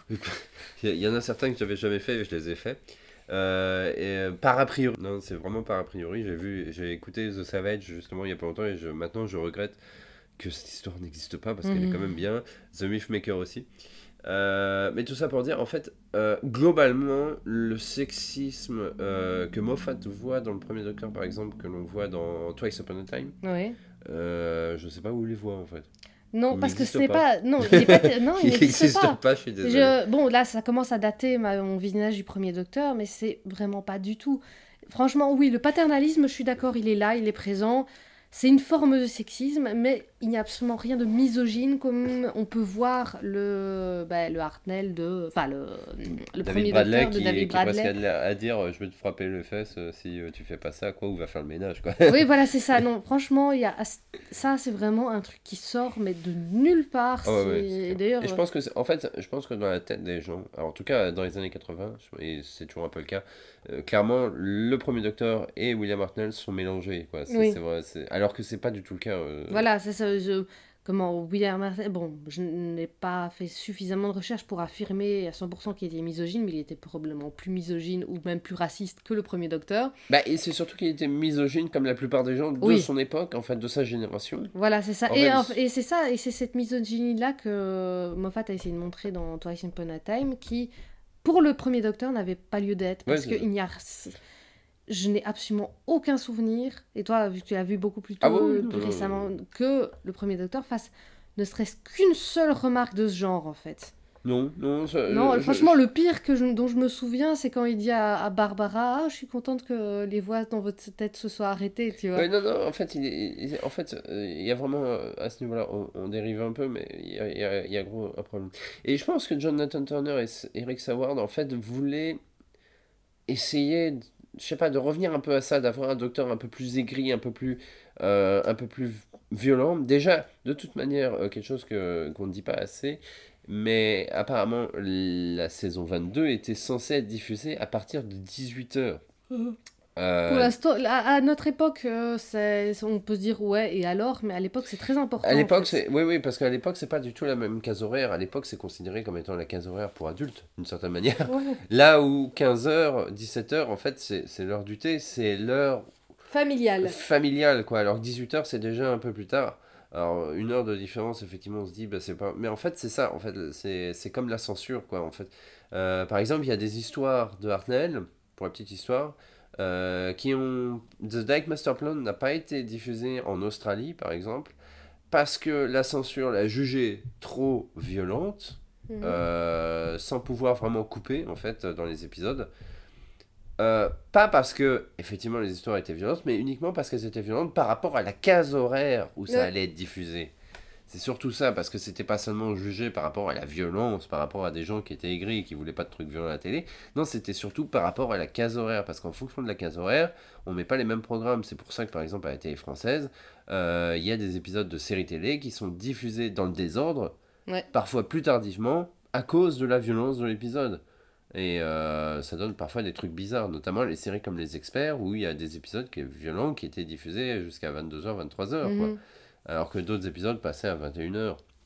Il y en a certains que j'avais jamais fait et je les ai faits. Euh, et euh, par a priori, non, c'est vraiment par a priori. J'ai vu, j'ai écouté The Savage justement il y a pas longtemps et je, maintenant je regrette que cette histoire n'existe pas parce qu'elle est quand même Mhm. bien. The Mythmaker aussi. Euh, mais tout ça pour dire, en fait, euh, globalement, le sexisme euh, que Moffat voit dans le premier Docteur, par exemple, que l'on voit dans Twice Upon a Time, Oui. euh, je sais pas où il les voit en fait. Non, Il parce que ce n'existe n'est pas. pas. Non, il est pas. ter- Non, il Il n'existe n'existe pas. pas, je suis désolé. Je... Bon, là, ça commence à dater ma- mon visionnage du premier Docteur, mais c'est vraiment pas du tout. Franchement, oui, le paternalisme, je suis d'accord, il est là, il est présent. C'est une forme de sexisme, mais il n'y a absolument rien de misogyne comme on peut voir le, bah, le Hartnell de. Enfin, le, le David premier Bradley Docteur de qui, David qui presque Bradley. a de l'air à dire euh, je vais te frapper les fesses euh, si euh, tu fais pas ça, quoi, ou va faire le ménage, quoi. Oui, voilà, c'est ça. Non, franchement, il y a... ça, c'est vraiment un truc qui sort, mais de nulle part. Ah ouais, ouais, c'est C'est... clair. Et je D'ailleurs, pense que, c'est- en fait, je pense que dans la tête des gens, alors en tout cas dans les années quatre-vingts, je- et c'est toujours un peu le cas, euh, clairement, le premier Docteur et William Hartnell sont mélangés, quoi. C'est oui. c'est vrai, c'est- alors que c'est pas du tout le cas. euh, Voilà, c'est ça. Je... Comment William Martel... Bon, je n'ai pas fait suffisamment de recherches pour affirmer à cent pour cent qu'il était misogyne, mais il était probablement plus misogyne ou même plus raciste que le premier Docteur. Bah, et c'est surtout qu'il était misogyne comme la plupart des gens de Oui, son époque, en fait, de sa génération. voilà, c'est ça. En Et, fait, en- et c'est ça, et c'est cette misogynie-là que Moffat a essayé de montrer dans Twice Upon a Time, qui, pour le premier Docteur, n'avait pas lieu d'être, ouais, parce c'est ça. qu'il n'y a... Je n'ai absolument aucun souvenir, et toi, vu que tu l'as vu beaucoup plus Ah tôt, bon, oui, euh, non, plus non, récemment, non, que le premier Docteur fasse ne serait-ce qu'une seule remarque de ce genre, en fait. non, non, ça, Non, je, je- franchement, le pire que je- dont je me souviens, c'est quand il dit à, à Barbara, ah, je suis contente que les voix dans votre tête se soient arrêtées, tu vois. ouais, non, non, en fait, il, est- il est- en fait, euh, il y a vraiment, euh, à ce niveau-là, on, on dérive un peu, mais il y a, il y a- il y a gros un problème. Et je pense que Jonathan Turner et S- Eric Saward, en fait, voulaient essayer, de- je sais pas, de revenir un peu à ça, d'avoir un docteur un peu plus aigri, un peu plus, euh, un peu plus violent. Déjà, de toute manière, euh, quelque chose que qu'on ne dit pas assez, mais apparemment, la saison vingt-deux était censée être diffusée à partir de dix-huit heures. Pour Euh, l'instant, à, à notre époque, euh, c'est, on peut se dire ouais, et alors, mais à l'époque, c'est très À important en l'époque, fait. c'est oui, oui, parce qu'à l'époque, c'est pas du tout la même case horaire. À l'époque, c'est considéré comme étant la case horaire pour adultes, d'une certaine manière. Ouais. Là où quinze heures, dix-sept heures, en fait, c'est c'est l'heure du thé, c'est l'heure Familial. familiale, quoi. Alors dix-huit heures, c'est déjà un peu plus tard. Alors, une heure de différence, effectivement, on se dit, bah, c'est pas. Mais en fait, c'est ça, en fait, c'est c'est comme la censure, quoi, en fait. Euh, par exemple, il y a des histoires de Hartnell, pour la petite histoire, euh, qui ont. The Dyke Master Plan n'a pas été diffusé en Australie, par exemple parce que la censure l'a jugée trop violente, Mhm. euh, sans pouvoir vraiment couper en fait dans les épisodes. Euh, pas parce que effectivement les histoires étaient violentes, mais uniquement parce qu'elles étaient violentes par rapport à la case horaire où ça Ouais. allait être diffusé. C'est surtout ça, parce que c'était pas seulement jugé par rapport à la violence, par rapport à des gens qui étaient aigris et qui voulaient pas de trucs violents à la télé. Non, c'était surtout par rapport à la case horaire, parce qu'en fonction de la case horaire, on met pas les mêmes programmes. C'est pour ça que par exemple à la télé française, euh, il y a des épisodes de séries télé qui sont diffusés dans le désordre, Ouais. parfois plus tardivement, à cause de la violence de l'épisode. Et euh, ça donne parfois des trucs bizarres, notamment les séries comme Les Experts, où il y a des épisodes qui sont violents qui étaient diffusés jusqu'à vingt-deux heures, vingt-trois heures, quoi. Mhm. Alors que d'autres épisodes passaient à vingt et une heures.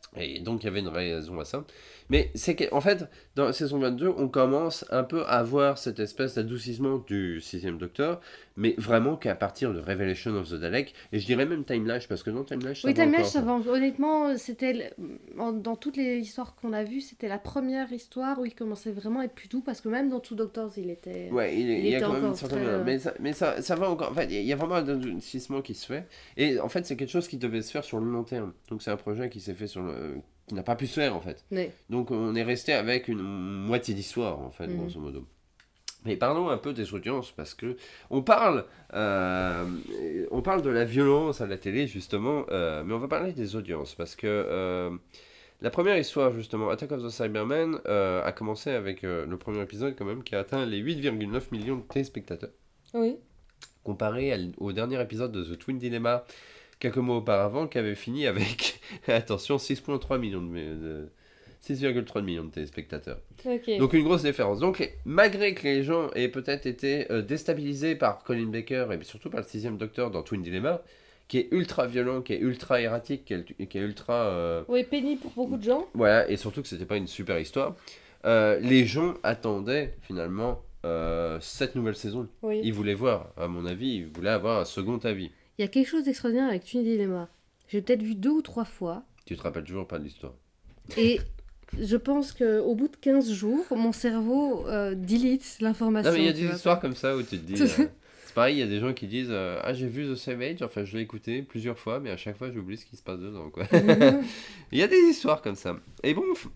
Et donc il y avait une raison à ça. Mais c'est qu'en fait, dans la saison vingt-deux, on commence un peu à voir cette espèce d'adoucissement du sixième Docteur, mais vraiment qu'à partir de Revelation of the Dalek, et je dirais même Time Lash, parce que dans Time Lash, ça Oui, va Time Lash, encore. ça va. Honnêtement, c'était le- en- dans toutes les histoires qu'on a vues, c'était la première histoire où il commençait vraiment à être plus doux parce que même dans Two Doctors, il était, Ouais, il, il il y a était quand même une encore certaine... très. Mais, ça, mais ça, ça va encore... En fait, il y a vraiment un adoucissement qui se fait, et en fait, c'est quelque chose qui devait se faire sur le long terme. Donc c'est un projet qui s'est fait sur le... qui n'a pas pu se faire, en fait. Ouais. Donc on est resté avec une moitié d'histoire, en fait, Mhm. grosso modo. Mais parlons un peu des audiences, parce que on parle, euh, on parle de la violence à la télé, justement, euh, mais on va parler des audiences, parce que euh, la première histoire, justement, Attack of the Cybermen, euh, a commencé avec euh, le premier épisode, quand même, qui a atteint les huit virgule neuf millions de téléspectateurs, Oui. comparé à l- au dernier épisode de The Twin Dilemma, quelques mois auparavant, qui avait fini avec, attention, six virgule trois millions de... de six virgule trois millions de téléspectateurs. Ok. Donc une grosse différence. Donc malgré que les gens aient peut-être été euh, déstabilisés par Colin Baker et surtout par le sixième Docteur dans Twin Dilemma, qui est ultra violent, qui est ultra erratique, qui est, qui est ultra... euh, Oui, pénible pour beaucoup de gens. voilà, et surtout que c'était pas une super histoire, euh, les gens attendaient finalement euh, cette nouvelle saison. Oui. Ils voulaient voir, à mon avis, ils voulaient avoir un second avis. Il y a quelque chose d'extraordinaire avec Twin Dilemma. J'ai peut-être vu deux ou trois fois. Tu te rappelles toujours pas de l'histoire. Et je pense qu'au bout de quinze jours, mon cerveau euh, delete l'information. Non mais il y a tu des vois. histoires comme ça où tu te dis... euh, c'est pareil, il y a des gens qui disent euh, ah j'ai vu The Savage, enfin je l'ai écouté plusieurs fois, mais à chaque fois j'oublie ce qui se passe dedans quoi. Il y a des histoires comme ça. Et bon, f-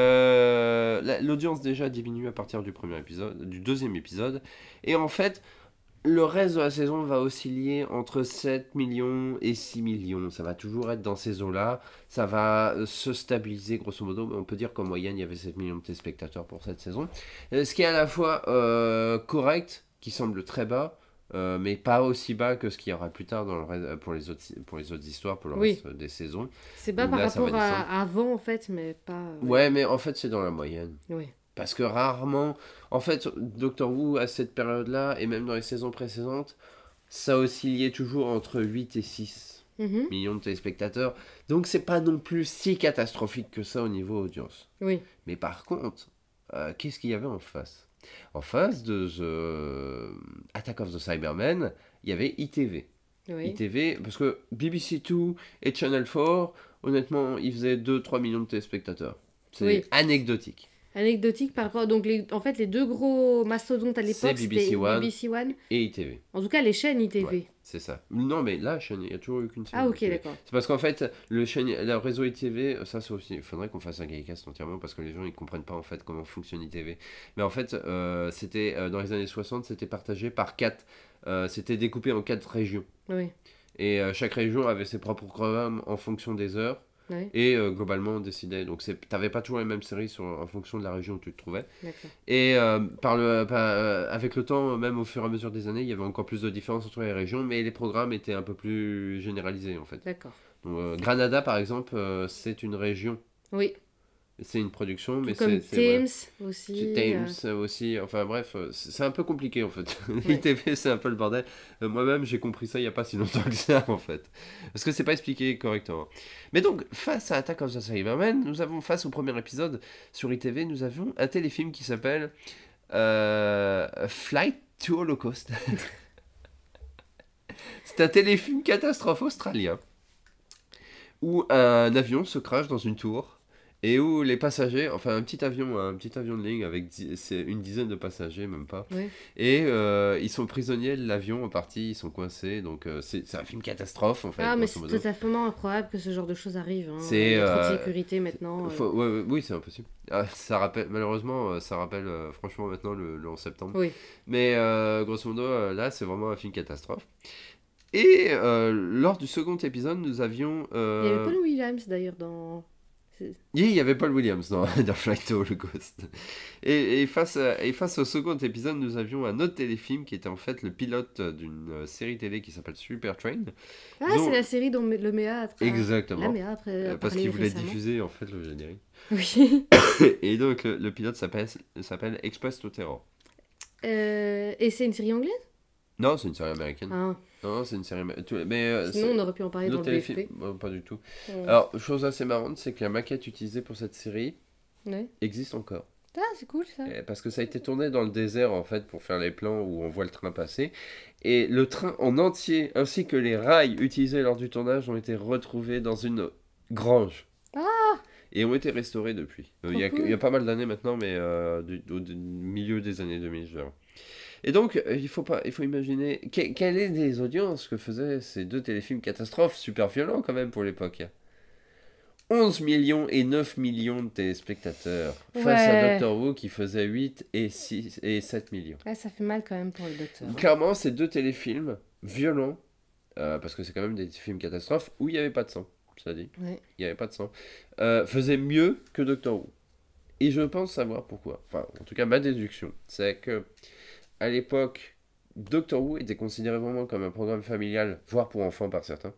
euh, la- l'audience déjà diminue à partir du premier épisode, du deuxième épisode, et en fait le reste de la saison va osciller entre sept millions et six millions. Ça va toujours être dans ces eaux-là. Ça va euh, se stabiliser grosso modo. Mais on peut dire qu'en moyenne, il y avait sept millions de téléspectateurs pour cette saison. Euh, Ce qui est à la fois euh, correct, qui semble très bas, euh, mais pas aussi bas que ce qu'il y aura plus tard dans le reste- pour, les autres, pour les autres histoires, pour le Oui. reste des saisons. C'est pas Où par là, ça va rapport à, descendre. à avant, en fait, mais pas. Ouais, mais en fait, c'est dans la moyenne. Oui. Parce que rarement, en fait, Doctor Who, à cette période-là, et même dans les saisons précédentes, ça oscillait toujours entre huit et six Mhm. millions de téléspectateurs. Donc c'est pas non plus si catastrophique que ça au niveau audience. Oui. Mais par contre, euh, qu'est-ce qu'il y avait en face? En face de The Attack of the Cybermen, il y avait I T V. Oui. I T V, parce que B B C deux et Channel quatre, honnêtement, ils faisaient deux à trois millions de téléspectateurs. C'est Oui. anecdotique. Anecdotique par rapport. Donc, les... en fait, les deux gros mastodontes à C'est l'époque, B B C c'était One. B B C One. Et I T V. En tout cas, les chaînes I T V. Ouais, c'est ça. Non, mais la chaîne, il n'y a toujours eu qu'une chaîne. Ah, ok, I T V. d'accord. C'est parce qu'en fait, le, chaîne, le réseau I T V, ça c'est aussi. Il faudrait qu'on fasse un Gaïcast entièrement parce que les gens ils comprennent pas en fait comment fonctionne I T V. Mais en fait, euh, c'était euh, dans les années soixante, c'était partagé par quatre. Euh, c'était découpé en quatre régions. Oui. Et euh, chaque région avait ses propres programmes en fonction des heures. Oui. Et euh, globalement, on décidait. Donc, tu n'avais pas toujours les mêmes séries sur, en fonction de la région où tu te trouvais. D'accord. Et euh, par le, par, euh, avec le temps, même au fur et à mesure des années, il y avait encore plus de différences entre les régions, mais les programmes étaient un peu plus généralisés en fait. D'accord. Donc, euh, Granada, par exemple, euh, c'est une région, Oui. c'est une production, mais Tout comme c'est. c'est- Thames voilà. aussi. Thames euh, aussi, enfin bref, euh, c'est c'est un peu compliqué en fait. Ouais. I T V, c'est un peu le bordel. Euh, Moi-même, j'ai compris ça il n'y a pas si longtemps que ça en fait. Parce que c'est pas expliqué correctement. Mais donc, face à Attack of the Cybermen, nous avons, face au premier épisode sur I T V, nous avions un téléfilm qui s'appelle euh, Flight to Holocaust. C'est un téléfilm catastrophe australien où un avion se crache dans une tour et où les passagers, enfin un petit avion, un petit avion de ligne avec dix- c'est une dizaine de passagers, même pas, Ouais. et euh, ils sont prisonniers de l'avion en partie, ils sont coincés, donc euh, c'est c'est un film catastrophe en fait. Ah, mais grosso c'est modo. totalement improbable que ce genre de choses arrive. Hein. C'est, Il y a trop de euh, sécurité maintenant. euh. Faut- ouais, ouais, oui, c'est impossible. Ah, ça rappelle, malheureusement, euh, ça rappelle euh, franchement maintenant le, le onze septembre. Oui. Mais euh, grosso modo, euh, là, c'est vraiment un film catastrophe. Et euh, lors du second épisode, nous avions. euh, Il y avait Paul Williams d'ailleurs dans. c'est- Oui, il y avait Paul Williams dans, dans Flight to Holocaust. Et, et, face à- et face au second épisode, nous avions un autre téléfilm qui était en fait le pilote d'une euh, série télé qui s'appelle Super Train. Ah, Donc- c'est la série dont le Méa a tra- Exactement. La Méa a tra- Euh, a parce parlé qu'il voulait récemment. diffuser en fait le générique. Oui. Et donc le, le pilote s'appelle s'appelle Express to Terror. Euh, Et c'est une série anglaise? Non, c'est une série américaine. Ah. Non, c'est une série. ma- tout- Mais euh, Sinon, c'est- on aurait pu en parler le dans le téléfilm, B F P. bon, pas du tout. Ouais. Alors, chose assez marrante, c'est que la maquette utilisée pour cette série Ouais. existe encore. Ah, c'est cool ça. Euh, Parce que ça a été tourné dans le désert en fait pour faire les plans où on voit le train passer. Et le train en entier ainsi que les rails utilisés lors du tournage ont été retrouvés dans une grange. Ah, Et ont été restaurés depuis. Euh, Il y a, trop cool. il y a pas mal d'années maintenant, mais euh, du, au du milieu des années deux mille, je dirais. Et donc, euh, il faut pas, il faut imaginer que- quelles étaient les audiences que faisaient ces deux téléfilms catastrophes, super violents quand même pour l'époque. onze millions et neuf millions de téléspectateurs face à Ouais. Doctor Who qui faisait huit et six et sept millions. Ouais, ça fait mal quand même pour le docteur. Clairement, ces deux téléfilms violents, euh, parce que c'est quand même des films catastrophes où il n'y avait pas de sang, ça dit, Ouais. il n'y avait pas de sang, euh, faisaient mieux que Doctor Who. Et je pense savoir pourquoi. Enfin, en tout cas, ma déduction, c'est que à l'époque, Doctor Who était considéré vraiment comme un programme familial, voire pour enfants par certains.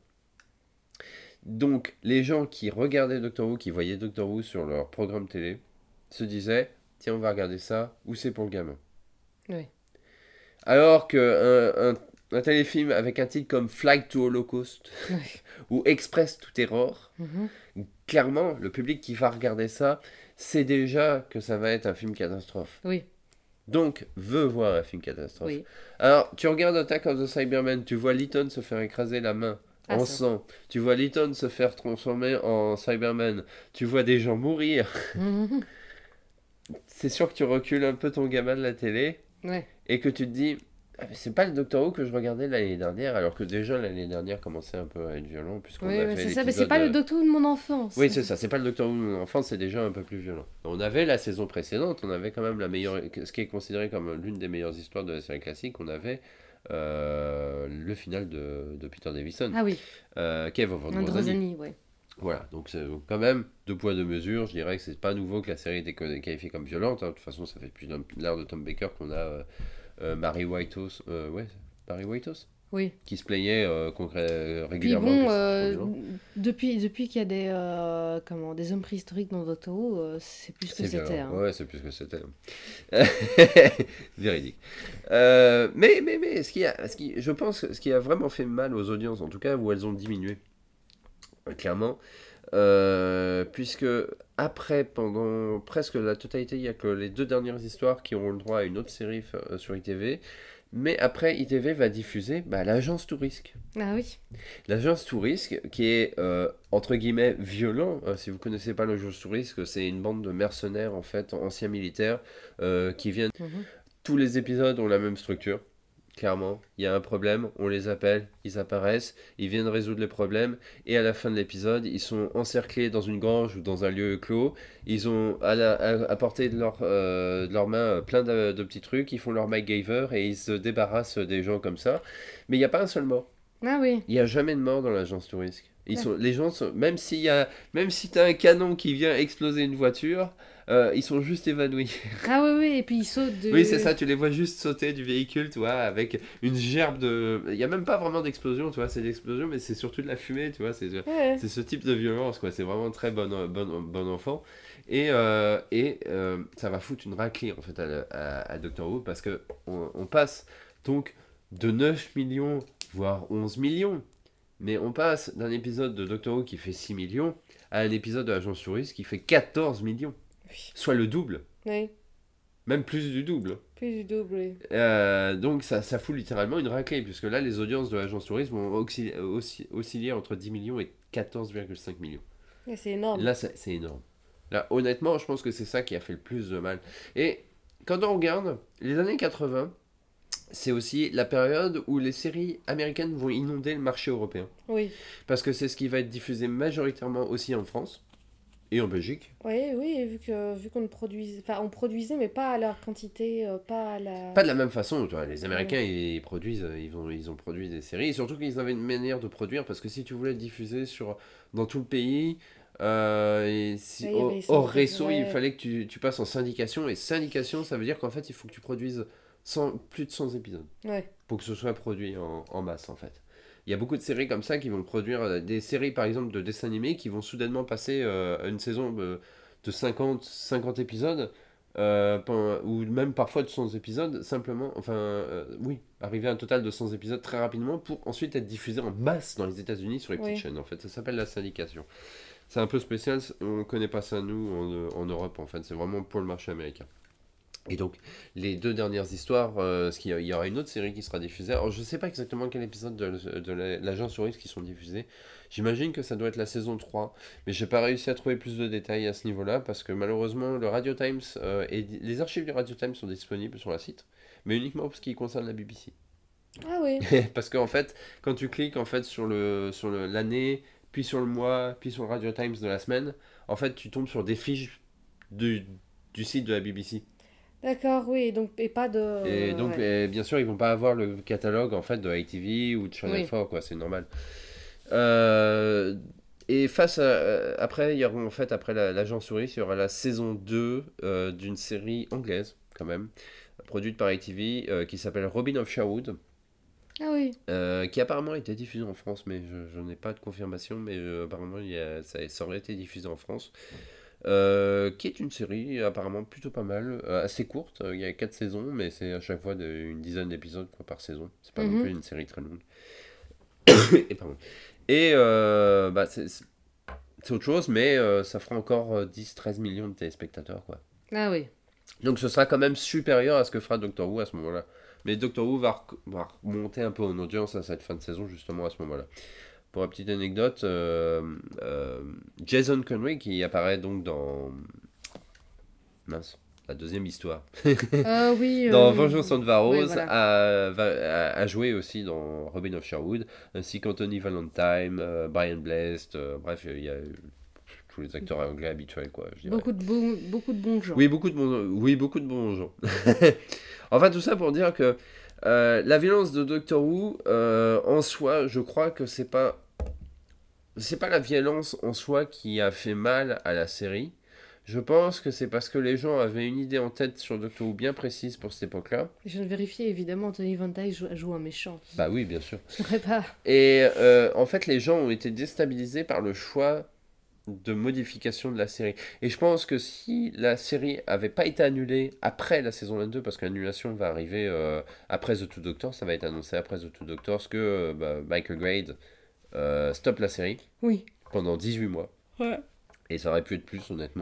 Donc, les gens qui regardaient Doctor Who, qui voyaient Doctor Who sur leur programme télé, se disaient, tiens, on va regarder ça, ou c'est pour le gamin. Ouais. Alors que un, un, un téléfilm avec un titre comme Flight to Holocaust Ouais. ou Express to Terror, Mhm. clairement, le public qui va regarder ça, sait déjà que ça va être un film catastrophe. Oui. Donc, veut voir un film catastrophe. Oui. Alors, tu regardes Attack of the Cybermen, tu vois Lytton se faire écraser la main Ah, en ça. sang. Tu vois Lytton se faire transformer en Cyberman. Tu vois des gens mourir. Mhm. C'est sûr que tu recules un peu ton gamin de la télé Ouais. et que tu te dis, ah, mais c'est pas le Doctor Who que je regardais l'année dernière, alors que déjà l'année dernière commençait un peu à être violent puisqu'on Oui, a ouais, fait c'est ça, mais c'est l'épisode, pas euh, le docteur de mon enfance. Oui, c'est ça, c'est pas le Doctor Who de mon enfance, c'est déjà un peu plus violent. On avait la saison précédente, on avait quand même la meilleure, ce qui est considéré comme l'une des meilleures histoires de la série classique, on avait euh, le final de, de Peter Davison, Ah oui, euh, Cave of Androzani. Androzani, ouais. Voilà, donc c'est quand même deux poids deux mesures, je dirais que c'est pas nouveau que la série était qualifiée comme violente, hein. De toute façon ça fait plus d'un l'ère de Tom Baker qu'on a euh, euh, Mary Whitehouse, euh, ouais, Mary Whitehouse Oui. qui se plaignait euh, concré- Puis régulièrement bon, que c'était euh, trop violent. depuis, depuis qu'il y a des, euh, comment, des hommes préhistoriques dans Doctor Who, euh, c'est plus que C'est c'était. violent. Hein. Ouais, c'est plus que c'était. Véridique. Euh, mais, mais, mais, ce qui a, ce qui, je pense que ce qui a vraiment fait mal aux audiences, en tout cas, où elles ont diminué, euh, clairement, euh, puisque après, pendant presque la totalité, il n'y a que les deux dernières histoires qui auront le droit à une autre série euh, sur I T V. Mais après, I T V va diffuser bah, l'agence Tourisque. Ah oui. L'agence Tourisque, qui est euh, entre guillemets violent. Euh, si vous connaissez pas l'agence Tourisque, c'est une bande de mercenaires en fait, anciens militaires, euh, qui viennent. Mhm. Tous les épisodes ont la même structure. Clairement, il y a un problème, on les appelle, ils apparaissent, ils viennent résoudre les problèmes, et à la fin de l'épisode, ils sont encerclés dans une grange ou dans un lieu clos. Ils ont à, la, à, à portée de leur, euh, de leurs mains plein de, de petits trucs, ils font leur MacGyver et ils se débarrassent des gens comme ça. Mais il n'y a pas un seul mort. Ah oui. Il n'y a jamais de mort dans l'agence Tourisque. Ils Ouais. sont, les gens sont, même s'il y a, même si t'as un canon qui vient exploser une voiture, euh, ils sont juste évanouis. Ah oui, oui, et puis ils sautent de... Oui, c'est ça, tu les vois juste sauter du véhicule, tu vois, avec une gerbe de... Il n'y a même pas vraiment d'explosion, tu vois, c'est l'explosion, mais c'est surtout de la fumée, tu vois, c'est, Ouais. c'est ce type de violence, quoi, c'est vraiment très bon, bon, bon enfant. Et, euh, et euh, ça va foutre une raclée, en fait, à, à, à Doctor Who, parce que on, on passe donc de neuf millions, voire onze millions, mais on passe d'un épisode de Doctor Who qui fait six millions à un épisode de l'agence Touriste qui fait quatorze millions, Oui. soit le double, Oui, même plus du double. plus du double, oui. Euh, donc ça, ça fout littéralement une raclée, puisque là les audiences de l'agence Tourisme vont osciller, osci- osciller entre dix millions et quatorze virgule cinq millions. Et c'est énorme. Là c'est, c'est énorme. Là honnêtement je pense que c'est ça qui a fait le plus de mal. Et quand on regarde les années quatre-vingts, c'est aussi la période où les séries américaines vont inonder le marché européen. Oui. Parce que c'est ce qui va être diffusé majoritairement aussi en France et en Belgique. Oui, oui, et vu que vu qu'on produisait, enfin on produisait, mais pas à leur quantité, euh, pas à la. Pas de la même façon, tu vois, les Américains ils produisent, ils ont, ils ont produit des séries, et surtout qu'ils avaient une manière de produire, parce que si tu voulais le diffuser sur, dans tout le pays, euh, et si, Ouais, il y hors, avait hors ça, réseau, il ouais. fallait que tu, tu passes en syndication, et syndication ça veut dire qu'en fait il faut que tu produises cent, plus de cent épisodes, Ouais. pour que ce soit produit en, en masse en fait. Il y a beaucoup de séries comme ça qui vont produire euh, des séries par exemple de dessins animés qui vont soudainement passer euh, à une saison de, de cinquante, cinquante épisodes euh, pendant- ou même parfois de cent épisodes, simplement, enfin, euh, oui, arriver à un total de cent épisodes très rapidement pour ensuite être diffusé en masse dans les États-Unis sur les petites Oui. chaînes. En fait, ça s'appelle la syndication. C'est un peu spécial, on connaît pas ça nous en, en Europe. En fait, c'est vraiment pour le marché américain. Et donc, les deux dernières histoires, euh, ce qu'il y, a- il y aura une autre série qui sera diffusée. Alors, je sais pas exactement quel épisode de, de la- l'agent sur X qui sont diffusés. J'imagine que ça doit être la saison trois, mais j'ai pas réussi à trouver plus de détails à ce niveau-là parce que malheureusement, le Radio Times euh, et les archives du Radio Times sont disponibles sur la site, mais uniquement pour ce qui concerne la B B C. Ah oui. Parce qu'en fait, quand tu cliques en fait sur le sur le- l'année, puis sur le mois, puis sur le Radio Times de la semaine, en fait, tu tombes sur des fiches du, du site de la B B C. D'accord, oui. Donc, et pas de. Et euh, donc, ouais. eh, bien sûr, ils vont pas avoir le catalogue en fait de I T V ou de Channel Oui. quatre, quoi, c'est normal. Euh, et face à, euh, après, il y aura en fait, après la- l'agent souris, il y aura la saison deux euh, d'une série anglaise, quand même, produite par I T V, euh, qui s'appelle Robin of Sherwood, Ah oui. euh, qui apparemment a été diffusée en France, mais je, je n'ai pas de confirmation, mais euh, apparemment il y a- ça, ça aurait été diffusé en France. Euh, qui est une série apparemment plutôt pas mal, euh, assez courte, euh, il y a quatre saisons, mais c'est à chaque fois de- une dizaine d'épisodes quoi, par saison, c'est pas non Mhm. plus une série très longue. Et, pardon. Et euh, bah, c'est c'est- c'est autre chose, mais euh, ça fera encore euh, dix treize millions de téléspectateurs, quoi. Ah oui. Donc ce sera quand même supérieur à ce que fera Doctor Who à ce moment-là. Mais Doctor Who va, rec- va remonter un peu en audience à cette fin de saison, justement à ce moment-là. Pour la petite anecdote, euh, euh, Jason Connery, qui apparaît donc dans... Mince, la deuxième histoire. Euh, oui. Dans euh, Vengeance on the Ouais, Varos, voilà. a, va- a- a joué aussi dans Robin of Sherwood, ainsi qu'Anthony Valentine, euh, Brian Blessed, euh, bref, il y a eu tous les acteurs anglais habituels, quoi, je dirais. Beaucoup de bons, beaucoup de bons gens. Oui, beaucoup de bons, oui, beaucoup de bons gens. Enfin, tout ça pour dire que euh, la violence de Doctor Who, euh, en soi, je crois que c'est pas, c'est pas la violence en soi qui a fait mal à la série. Je pense que c'est parce que les gens avaient une idée en tête sur Doctor Who bien précise pour cette époque-là. Je viens de vérifier, évidemment, Anthony Van Dyke joue, joue un méchant. Bah oui, bien sûr. Je n'aurais pas. Et euh, en fait, les gens ont été déstabilisés par le choix de modification de la série. Et je pense que si la série avait pas été annulée après la saison vingt-deux, parce que l'annulation va arriver euh, après The Two Doctors, ça va être annoncé après The Two Doctors que euh, bah, Michael Grade euh, stoppe la série Oui. pendant dix-huit mois. Ouais. Et ça aurait pu être plus, honnêtement.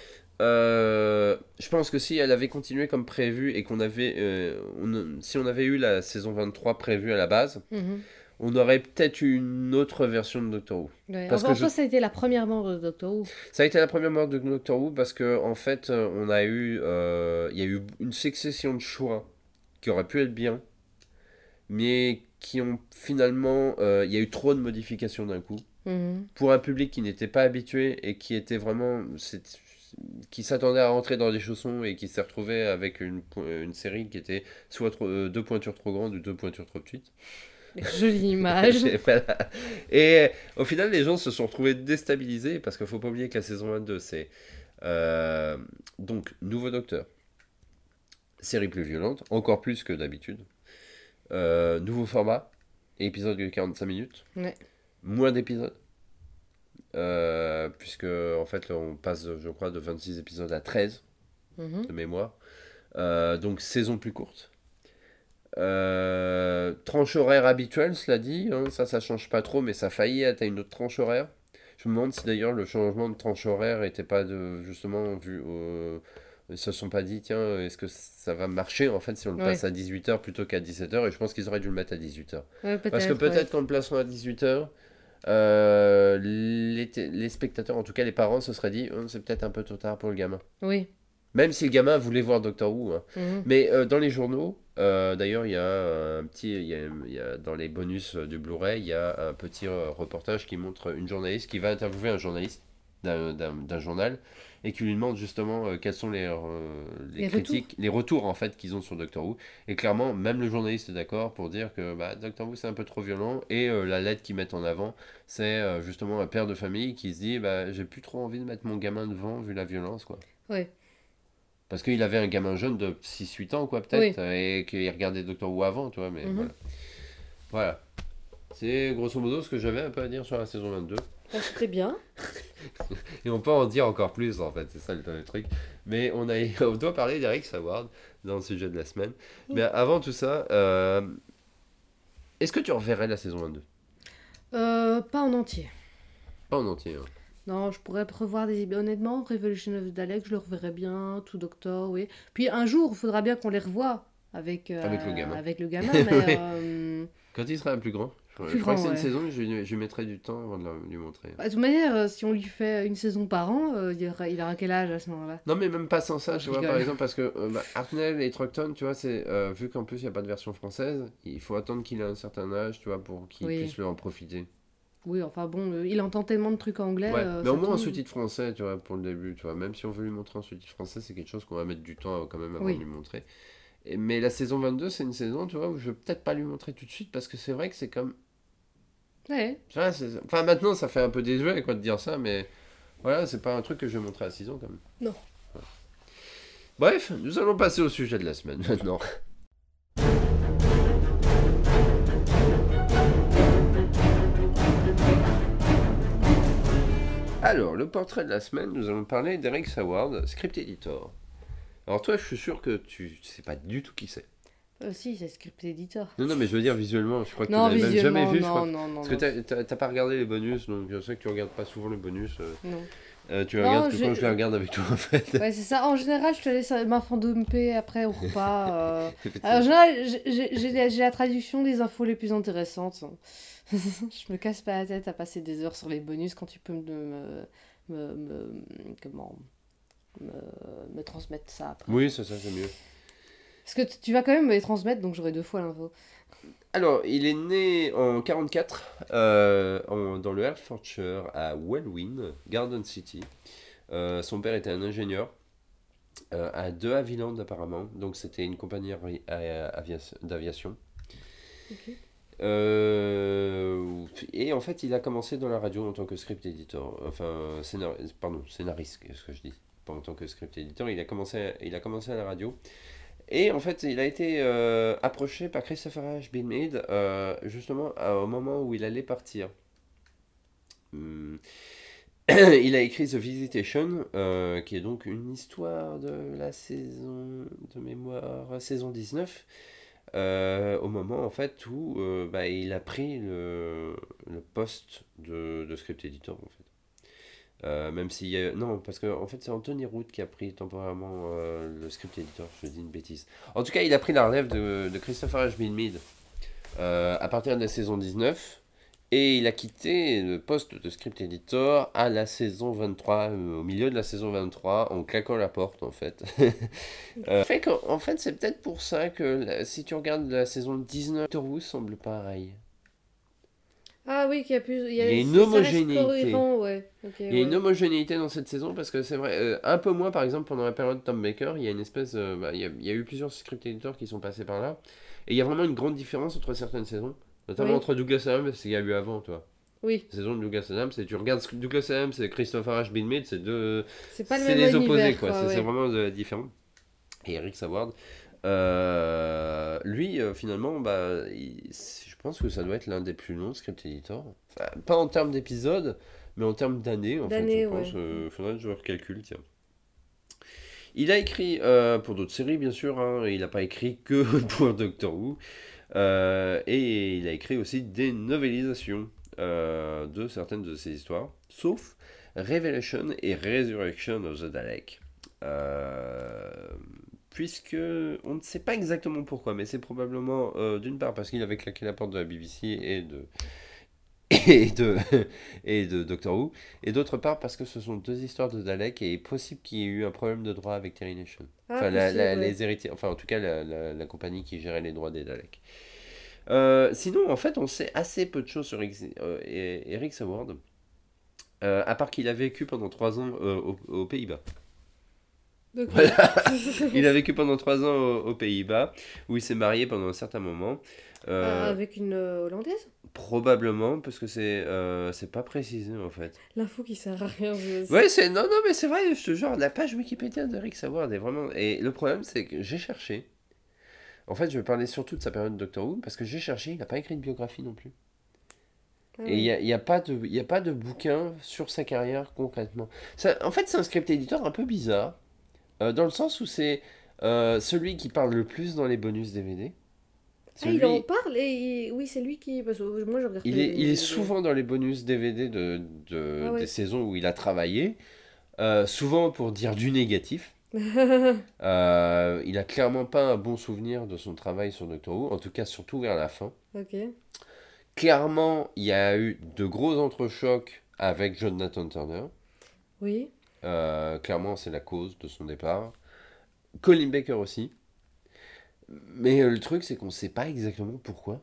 Euh, je pense que si elle avait continué comme prévu et qu'on avait, euh, on- si on avait eu la saison vingt-trois prévue à la base, Mhm. on aurait peut-être eu une autre version de Doctor Who. Ouais. Parce En, que en je- soi, ça a été la première mort de Doctor Who. Ça a été la première mort de Doctor Who parce que en fait, euh, on a eu, euh, il y a eu une succession de choix qui auraient pu être bien, mais qui ont finalement, euh, il y a eu trop de modifications d'un coup Mhm. pour un public qui n'était pas habitué et qui était vraiment, c'est- qui s'attendait à rentrer dans des chaussons et qui s'est retrouvé avec une, po- une série qui était soit trop- euh, deux pointures trop grandes ou deux pointures trop petites. Jolie image. Et voilà. Et au final, les gens se sont retrouvés déstabilisés parce qu'il faut pas oublier que la saison vingt-deux, c'est euh, donc nouveau docteur, série plus violente, encore plus que d'habitude, euh, nouveau format, épisode de quarante-cinq minutes, Ouais. moins d'épisodes, euh, puisque en fait là, on passe, je crois, de vingt-six épisodes à treize Mhm. de mémoire. Euh, donc saison plus courte. Euh, tranche horaire habituelle, cela dit, hein, ça ça change pas trop, mais ça a failli être à une autre tranche horaire. Je me demande si d'ailleurs le changement de tranche horaire était pas de justement vu au... Ils se sont pas dit, tiens, est-ce que ça va marcher en fait si on le Ouais. passe à dix-huit heures plutôt qu'à dix-sept heures, et je pense qu'ils auraient dû le mettre à dix-huit heures. Ouais, Parce que peut-être. peut-être qu'en le plaçant à dix-huit heures, euh, les, té- les spectateurs, en tout cas les parents, se seraient dit, oh, c'est peut-être un peu trop tard pour le gamin. Ouais. Oui. Même si le gamin voulait voir Doctor Who, hein. Mhm. Mais euh, dans les journaux, euh, d'ailleurs, il y a euh, un petit, il y a, il y a- dans les bonus euh, du Blu-ray, il y a un petit euh, reportage qui montre une journaliste qui va interviewer un journaliste d'un, d'un- d'un journal et qui lui demande justement euh, quels sont les, euh, les, Les critiques, les retours en fait qu'ils ont sur Doctor Who. Et clairement, même le journaliste est d'accord pour dire que bah, Doctor Who c'est un peu trop violent. Et euh, la lettre qu'ils mettent en avant, c'est euh, justement un père de famille qui se dit bah, j'ai plus trop envie de mettre mon gamin devant vu la violence, quoi. Ouais. Parce qu'il avait un gamin jeune de six huit ans, quoi, peut-être, et qu'il regardait Doctor Who avant, tu vois, mais Mhm. voilà. Voilà. C'est grosso modo ce que j'avais un peu à dire sur la saison vingt-deux. Ah, c'était bien. Et on peut en dire encore plus, en fait, c'est ça le, le truc. Mais on, a, on doit parler d'Eric Saward dans le sujet de la semaine. Mais avant tout ça, euh, est-ce que tu reverrais la saison vingt-deux? Euh, pas en entier. Pas en entier, hein. Non, je pourrais revoir des... Honnêtement, Revolution of Dalek, je le reverrai bien, tout Doctor, oui. Puis un jour, il faudra bien qu'on les revoie avec, Avec le euh, gamin. avec le gamin, mais... Oui. euh, Quand il sera plus grand. Je, plus je crois que grand, c'est une ouais. saison que je, lui- je lui mettrai du temps avant de la- lui montrer. Bah, de toute manière, euh, si on lui fait une saison par an, euh, il aura, il aura quel âge à ce moment-là? Non, mais même pas sans ça, Non, tu je vois, par rigole. exemple, parce que euh, bah, Hartnell et Troughton, tu vois, c'est euh, vu qu'en plus il n'y a pas de version française, il faut attendre qu'il ait un certain âge, tu vois, pour qu'il Oui, puisse lui en profiter. oui, enfin bon, euh, il entend tellement de trucs anglais, Ouais, euh, mais au ça moins en tombe. sous-titre français, tu vois, pour le début, tu vois, même si on veut lui montrer en sous-titre français, c'est quelque chose qu'on va mettre du temps euh, quand même avant de Oui, lui montrer. Et- mais la saison vingt-deux, c'est une saison, tu vois, où je vais peut-être pas lui montrer tout de suite, parce que c'est vrai que c'est comme... ouais. Tu vois, c'est- enfin, maintenant, ça fait un peu désuet, quoi, de dire ça, mais voilà, c'est pas un truc que je vais montrer à six ans, quand même. Non. Bref, nous allons passer au sujet de la semaine, maintenant. Alors, le portrait de la semaine, nous allons parler d'Eric Saward, script editor. Alors toi, je suis sûr que tu sais pas du tout qui c'est. Euh, si, c'est script editor. Non, non, mais je veux dire visuellement, je crois que tu Non, l'avais même jamais visuellement, vu, je crois non, que... non, non, Parce que non. t'as t'as- t'as pas regardé les bonus, donc je sais que tu regardes pas souvent les bonus. euh, Non. euh, tu les regardes Non, que quand je les j'ai... regarde avec toi, en fait. Ouais, c'est ça. En général, je te laisse m'infandomper après au repas. euh. Alors, en Effectivement. général, j'ai j'ai- j'ai la j'ai la traduction des infos les plus intéressantes. Je me casse pas la tête à passer des heures sur les bonus quand tu peux me, me, me, me- comment, me, me transmettre ça après. Oui, c'est ça, c'est mieux. Parce que tu tu vas quand même me les transmettre, donc j'aurai deux fois l'info. Alors, il est né en quarante-quatre euh, en- dans le Hertfordshire à Welwyn, Garden City. Euh, son père était un ingénieur euh, à De Havilland apparemment, donc c'était une compagnie avi- a- avia- d'aviation. Ok. Euh, et en fait, il a commencé dans la radio en tant que script editor, enfin, scénar- pardon, scénariste, qu'est-ce que je dis? Pas en tant que script editor, il a commencé, il a commencé à la radio. Et en fait, il a été euh, approché par Christopher H. Mead euh, justement à- au moment où il allait partir. Hum, Il a écrit The Visitation, euh, qui est donc une histoire de la saison de mémoire, saison dix-neuf, euh, au moment en fait où euh, bah, il a pris le, le poste de, de script editor en fait. Euh, même s'il y a... Non, parce que en fait c'est Anthony Root qui a pris temporairement euh, le script editor, je dis une bêtise. En tout cas, il a pris la relève de, de Christopher H. Mead euh, à partir de la saison dix-neuf. Et il a quitté le poste de script editor à la saison vingt-trois, euh, au milieu de la saison vingt-trois, en claquant la porte en fait. euh, fait qu'en en fait, c'est peut-être pour ça que la- si tu regardes la saison dix-neuf, Doctor Who semble pareil. Ah oui, qu'il y a plus. Il y Il y a, a une ça reste homogénéité. cohérent, ouais. Ok, Il y a une ouais. homogénéité dans cette saison parce que c'est vrai, euh, un peu moins par exemple pendant la période de Tom Baker, il y a une espèce, euh, bah, il, y a, il y a eu plusieurs script editors qui sont passés par là. Et il y a vraiment une grande différence entre certaines saisons, notamment Oui, entre Douglas Adams et ce qu'il y a eu avant, toi. oui. La saison de Douglas Adams, c'est tu regardes Douglas Adams et Christopher H. Mead, c'est deux, C'est pas le c'est même les opposés univers, quoi, quoi, c'est c'est ouais. vraiment euh, différent. Et Eric Saward, euh, lui euh, finalement, bah, il- je pense que ça doit être l'un des plus longs script editors. Enfin, pas en termes d'épisodes, mais en termes d'années en fait, je D'années, pense. ouais. Euh, faudrait que je recalcule, tiens. Il a écrit euh, pour d'autres séries, bien sûr, hein, il n'a pas écrit que pour Doctor Who. Euh, et il a écrit aussi des novélisations euh, de certaines de ses histoires, sauf Revelation et Resurrection of the Dalek. Euh, puisque on ne sait pas exactement pourquoi, mais c'est probablement euh, d'une part parce qu'il avait claqué la porte de la B B C et de, et de, et de Doctor Who, et d'autre part parce que ce sont deux histoires de Dalek et il est possible qu'il y ait eu un problème de droit avec Terry Nation. Ah, Enfin, la- la- possible, ouais. les héritiers, enfin en tout cas la, la- la compagnie qui gérait les droits des Daleks. Euh, sinon, en fait, on sait assez peu de choses sur Ex- euh, E- Eric Saward, euh, à part qu'il a vécu pendant trois ans euh, aux, aux Pays-Bas. Ok. Voilà. Il a vécu pendant trois ans aux, aux Pays-Bas, où il s'est marié pendant un certain moment. Ah, Euh, avec une euh, Hollandaise? probablement, parce que c'est euh, c'est pas précisé en fait. L'info qui sert à rien. je- Ouais, c'est non, non, mais c'est vrai, je te jure, la page Wikipédia d'Eric Saward est vraiment. Et le problème, c'est que j'ai cherché. En fait, je vais parler surtout de sa période de Doctor Who, parce que j'ai cherché, il n'a pas écrit de biographie non plus. Ah Et il n'y oui. a, y a pas de, y a pas de bouquin sur sa carrière concrètement. Ça, en fait, c'est un script éditeur un peu bizarre, euh, dans le sens où c'est euh, celui qui parle le plus dans les bonus D V D. Ah, il en Celui, parle et il- oui, c'est lui qui. Parce que moi, je regarde pas il les est, il bonus est D V D. souvent dans les bonus D V D de, de- Ah des ouais. saisons où il a travaillé, euh, souvent pour dire du négatif. Euh, il a clairement pas un bon souvenir de son travail sur Doctor Who, en tout cas surtout vers la fin. Ok. Clairement, il y a eu de gros entrechocs avec Jonathan Turner. Oui. Euh, clairement, c'est la cause de son départ. Colin Baker aussi. Mais euh, le truc, c'est qu'on sait pas exactement pourquoi.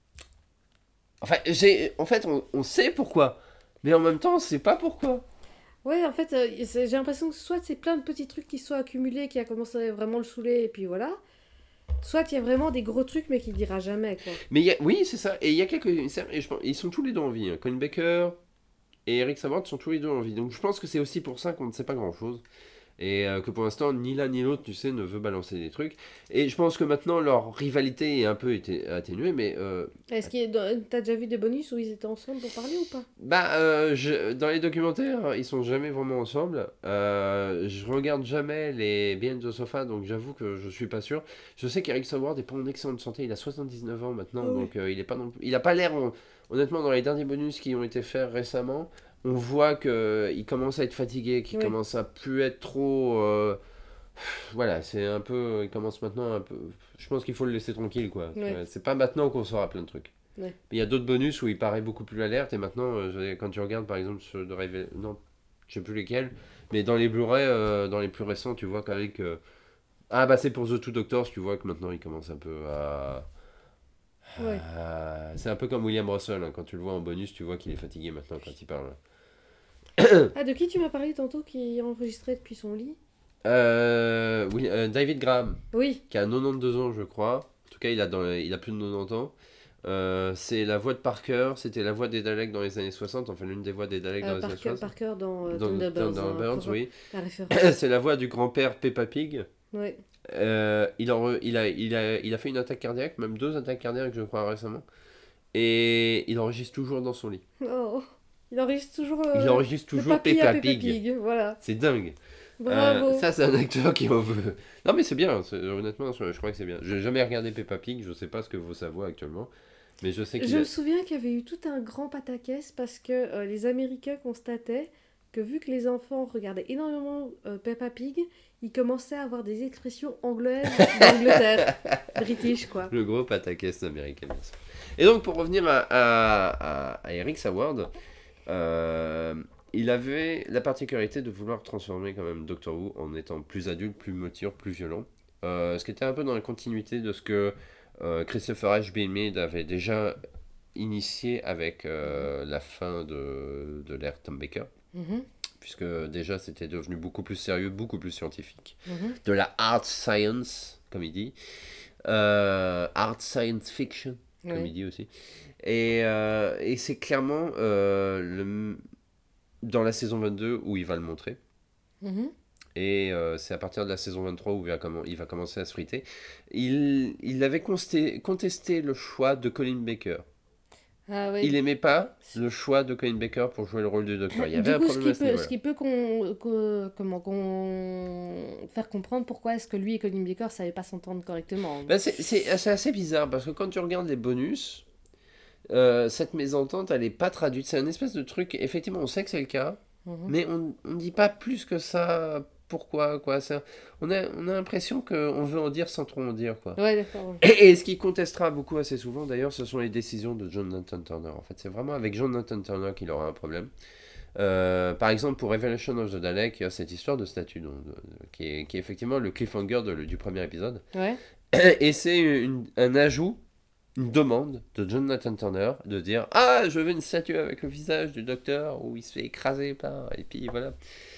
Enfin, j'ai, en fait, on, on sait pourquoi. Mais en même temps, on sait pas pourquoi. Ouais, en fait, euh, c'est- j'ai l'impression que soit c'est plein de petits trucs qui se sont accumulés, qui a commencé à vraiment le saouler, et puis voilà. Soit il y a vraiment des gros trucs, mais qu'il dira jamais, quoi. Mais il y a- oui, c'est ça. Et il y a quelques. Et je pense- ils sont tous les deux en vie, hein. Colin Baker et Eric Savard sont tous les deux en vie. Donc je pense que c'est aussi pour ça qu'on ne sait pas grand-chose. Et euh, que pour l'instant, ni l'un ni l'autre, tu sais, ne veut balancer des trucs. Et je pense que maintenant, leur rivalité est un peu été- atténuée, mais euh, Est-ce qu'il y a- dans- t'as déjà vu des bonus où ils étaient ensemble pour parler ou pas? bah, euh, je- dans les documentaires, ils sont jamais vraiment ensemble. Euh, je regarde jamais les Behind the Sofa, donc j'avoue que je suis pas sûr. Je sais qu'Eric Saward est pas en excellente santé, il a soixante-dix-neuf ans maintenant, Ah oui. donc euh, il est pas non plus- il a pas l'air, hon- honnêtement, dans les derniers bonus qui ont été faits récemment, on voit que il commence à être fatigué, qu'il Oui. commence à plus être trop. euh, Voilà, c'est un peu, il commence maintenant un peu. Je pense qu'il faut le laisser tranquille, quoi. Ouais. Ouais, c'est pas maintenant qu'on saura plein de trucs. Ouais. Il y a d'autres bonus où il paraît beaucoup plus alerte et maintenant, euh, je- quand tu regardes par exemple sur de Révé- non, je sais plus lesquels, mais dans les Blu-ray, euh, dans les plus récents, tu vois qu'avec euh, ah bah c'est pour The Two Doctors, tu vois que maintenant il commence un peu à, Ouais. à- c'est un peu comme William Russell, hein. Quand tu le vois en bonus, tu vois qu'il est fatigué maintenant quand il parle. Ah, de qui tu m'as parlé tantôt qui enregistrait depuis son lit? Euh, oui, euh, David Graham, Oui. qui a quatre-vingt-douze ans, je crois. En tout cas, il a, dans, il a plus de quatre-vingt-dix ans. Euh, c'est la voix de Parker, c'était la voix des Daleks dans les années soixante, enfin l'une des voix des Daleks dans Euh, les années Parker, soixante. Parker dans euh, Dans Thunderbirds, hein, Thunderbirds, pour oui. la référence. C'est la voix du grand-père Peppa Pig. Ouais. Euh, il, en re- il, a, il, a, il a fait une attaque cardiaque, même deux attaques cardiaques, je crois, récemment. Et il enregistre toujours dans son lit. Oh. Il enregistre toujours Il euh, enregistre le toujours papy à Peppa Peppa Pig. Pig. Voilà. C'est dingue. Bravo. Euh, ça, c'est un acteur qui en veut. Non, mais c'est bien, c'est- honnêtement, je, je crois que c'est bien. Je n'ai jamais regardé Peppa Pig, je sais pas ce que vaut sa voix actuellement. Mais je sais qu'il Je me a... souviens qu'il y avait eu tout un grand pataquès parce que euh, les Américains constataient que vu que les enfants regardaient énormément euh, Peppa Pig, ils commençaient à avoir des expressions anglaises d'Angleterre. British, quoi. le gros pataquès américain. bien sûr. Et donc, pour revenir à, à, à, à Eric Saward, euh, il avait la particularité de vouloir transformer quand même Doctor Who en étant plus adulte, plus mature, plus violent. Euh, ce qui était un peu dans la continuité de ce que euh, Christopher H. B. Mead avait déjà initié avec euh, la fin de, de l'ère Tom Baker, Mhm, puisque déjà c'était devenu beaucoup plus sérieux, beaucoup plus scientifique. mhm. De la art science, comme il dit. Euh, art science fiction, comme Ouais. il dit aussi. Et, euh, et c'est clairement euh, le, dans la saison vingt-deux où il va le montrer. Mhm. Et euh, c'est à partir de la saison vingt-trois où il va, commen- il va commencer à se friter. Il, il avait consté- contesté le choix de Colin Baker. Ah Il oui. n'aimait pas le choix de Colin Baker pour jouer le rôle du docteur. Il y avait Du un coup, ce problème qui à ce peut, niveau-là. ce qui peut qu'on, qu'on- comment, qu'on faire comprendre pourquoi est-ce que lui et Colin Baker ne savaient pas s'entendre correctement. Ben, c'est c'est- c'est assez bizarre parce que quand tu regardes les bonus, euh, cette mésentente elle n'est pas traduite. C'est un espèce de truc, effectivement on sait que c'est le cas, Mhm. mais on ne dit pas plus que ça. Pourquoi quoi ça, on, a, on a l'impression qu'on veut en dire sans trop en dire. Quoi. Ouais, d'accord. Et, et ce qui contestera beaucoup assez souvent d'ailleurs, ce sont les décisions de Jonathan Turner. En fait, c'est vraiment avec Jonathan Turner qu'il aura un problème. Euh, par exemple, pour Revelation of the Dalek, il y a cette histoire de statue donc, de- de- qui, est, qui est effectivement le cliffhanger de- du premier épisode. Ouais. Et c'est une- un ajout, une demande de Jonathan Turner de dire ah, je veux une statue avec le visage du docteur où il se fait écraser par. Et puis voilà.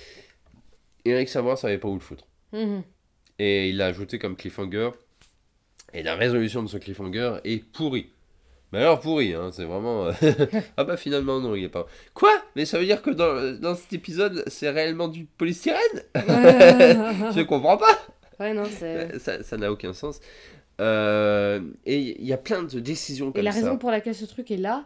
Eric Saward savait pas où le foutre. Mhm. Et il l'a ajouté comme cliffhanger. Et la résolution de ce cliffhanger est pourrie. Mais alors pourri, hein, c'est vraiment. euh, ah bah finalement non, il est pas. Quoi? Mais ça veut dire que dans, dans cet épisode, c'est réellement du polystyrène? Je comprends pas! Ouais, non, c'est... Ça ça n'a aucun sens. Euh, et il y a plein de décisions Et comme la ça. raison pour laquelle ce truc est là,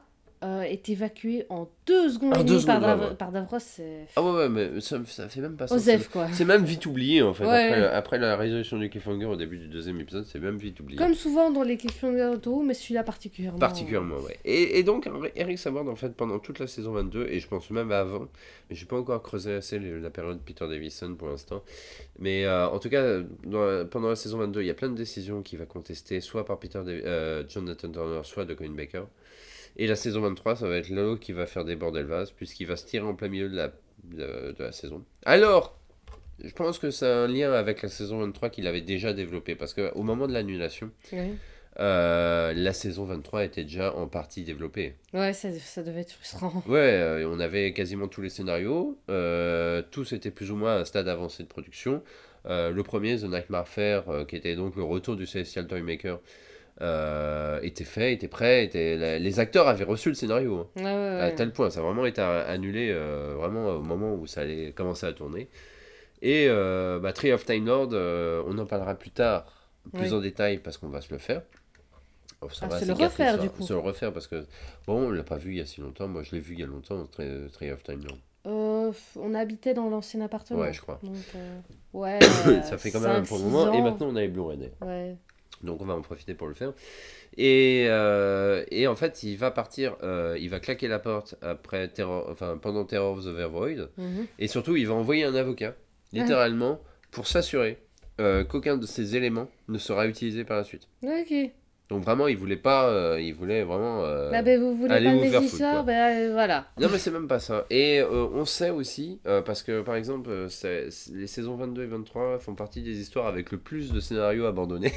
euh, est évacué en deux secondes En et deux demie par, secondes, Dav- ouais, ouais. par Davros. C'est Ah ouais, ouais, mais ça, ça fait même pas ça. Osef, C'est quoi. c'est même vite oublié, en fait. Ouais. Après, la- après la résolution du cliffhanger au début du deuxième épisode, c'est même vite oublié. Comme souvent dans les cliffhangers de Toru, mais celui-là particulièrement. Particulièrement, ouais. Et, et donc, Eric Savard, en fait, pendant toute la saison vingt-deux, et je pense même avant, mais j'ai pas encore creusé assez le- la période Peter Davison pour l'instant, mais euh, en tout cas, dans la- pendant la saison vingt-deux, il y a plein de décisions qu'il va contester, soit par Peter Dav- euh, Jonathan Turner, soit de Colin Baker. Et la saison vingt-trois, ça va être Lalo qui va faire déborder le vase, puisqu'il va se tirer en plein milieu de la, de, de la saison. Alors, je pense que c'est un lien avec la saison vingt-trois qu'il avait déjà développé, parce qu'au moment de l'annulation, Ouais, euh, la saison vingt-trois était déjà en partie développée. ouais ça, ça devait être frustrant. Ouais, euh, on avait quasiment tous les scénarios, euh, tous étaient plus ou moins à un stade avancé de production. Euh, le premier, The Nightmare Fair, euh, qui était donc le retour du Celestial Toymaker, euh, était fait, était prêt, était... la- les acteurs avaient reçu le scénario, hein, Ouais, ouais, ouais. à tel point, ça a vraiment été a- annulé euh, vraiment au moment où ça allait commencer à tourner. Et euh, bah, Tree of Time Lord, euh, on en parlera plus tard, plus Oui. en détail, parce qu'on va se le faire. Oh, ça Ah, va, se c'est le quatre refaire, histoires. du coup. Se le refaire parce que, bon, on l'a pas vu il y a si longtemps. Moi, je l'ai vu il y a longtemps, Tree, Tree of Time Lord. Euh, on habitait dans l'ancien appartement. Ouais, je crois. Donc, euh, ouais. Ça fait quand même un cinq, bon six moment. Et ans. maintenant, on a les Blu-ray. Ouais. Donc, on va en profiter pour le faire. Et, euh, et en fait, il va partir, euh, il va claquer la porte après Terror, enfin, pendant Terror of the Vervoid. Mhm. Et surtout, il va envoyer un avocat, littéralement, pour s'assurer euh, qu'aucun de ces éléments ne sera utilisé par la suite. Ok. Donc, vraiment, il voulait pas, euh, il voulait vraiment. euh, Bah, ben, vous voulez allez pas de vous faire mes foutre, histoires, quoi. ben euh, voilà. Non, mais c'est même pas ça. Et euh, on sait aussi, euh, parce que par exemple, euh, c'est- c'est- les saisons vingt-deux et vingt-trois font partie des histoires avec le plus de scénarios abandonnés.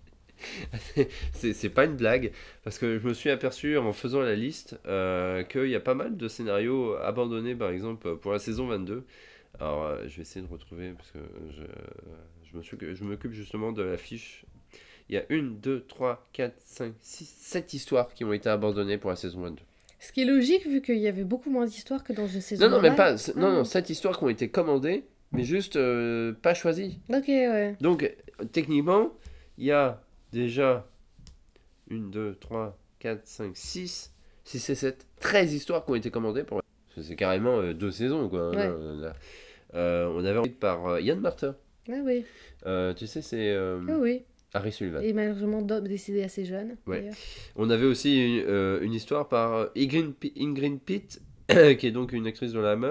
c'est c'est pas une blague, parce que je me suis aperçu en faisant la liste euh, qu'il y a pas mal de scénarios abandonnés, par exemple, pour la saison vingt-deux. Alors, euh, je vais essayer de retrouver, parce que je, je me suis- je m'occupe justement de la fiche. Il y a une, deux, trois, quatre, cinq, six, sept histoires qui ont été abandonnées pour la saison vingt-deux. Ce qui est logique, vu qu'il y avait beaucoup moins d'histoires que dans une saison Non, non, même normale. pas. c'est- Non, Ah. non, sept histoires qui ont été commandées, mais juste euh, pas choisies. Ok, ouais. Donc, euh, techniquement, il y a déjà une, deux, trois, quatre, cinq, six, six et sept, treize histoires qui ont été commandées. Pour... C'est carrément euh, deux saisons, quoi. Ouais. Là, là. Euh, on avait envie par euh, Ian Marter. Ah oui, Euh, tu sais, c'est euh, ah oui. Harry Sullivan. Et malheureusement, Dom décédé assez jeune. Ouais. d'ailleurs. On avait aussi une, euh, une histoire par euh, Ingrid, P- Ingrid Pitt, qui est donc une actrice de la Hammer,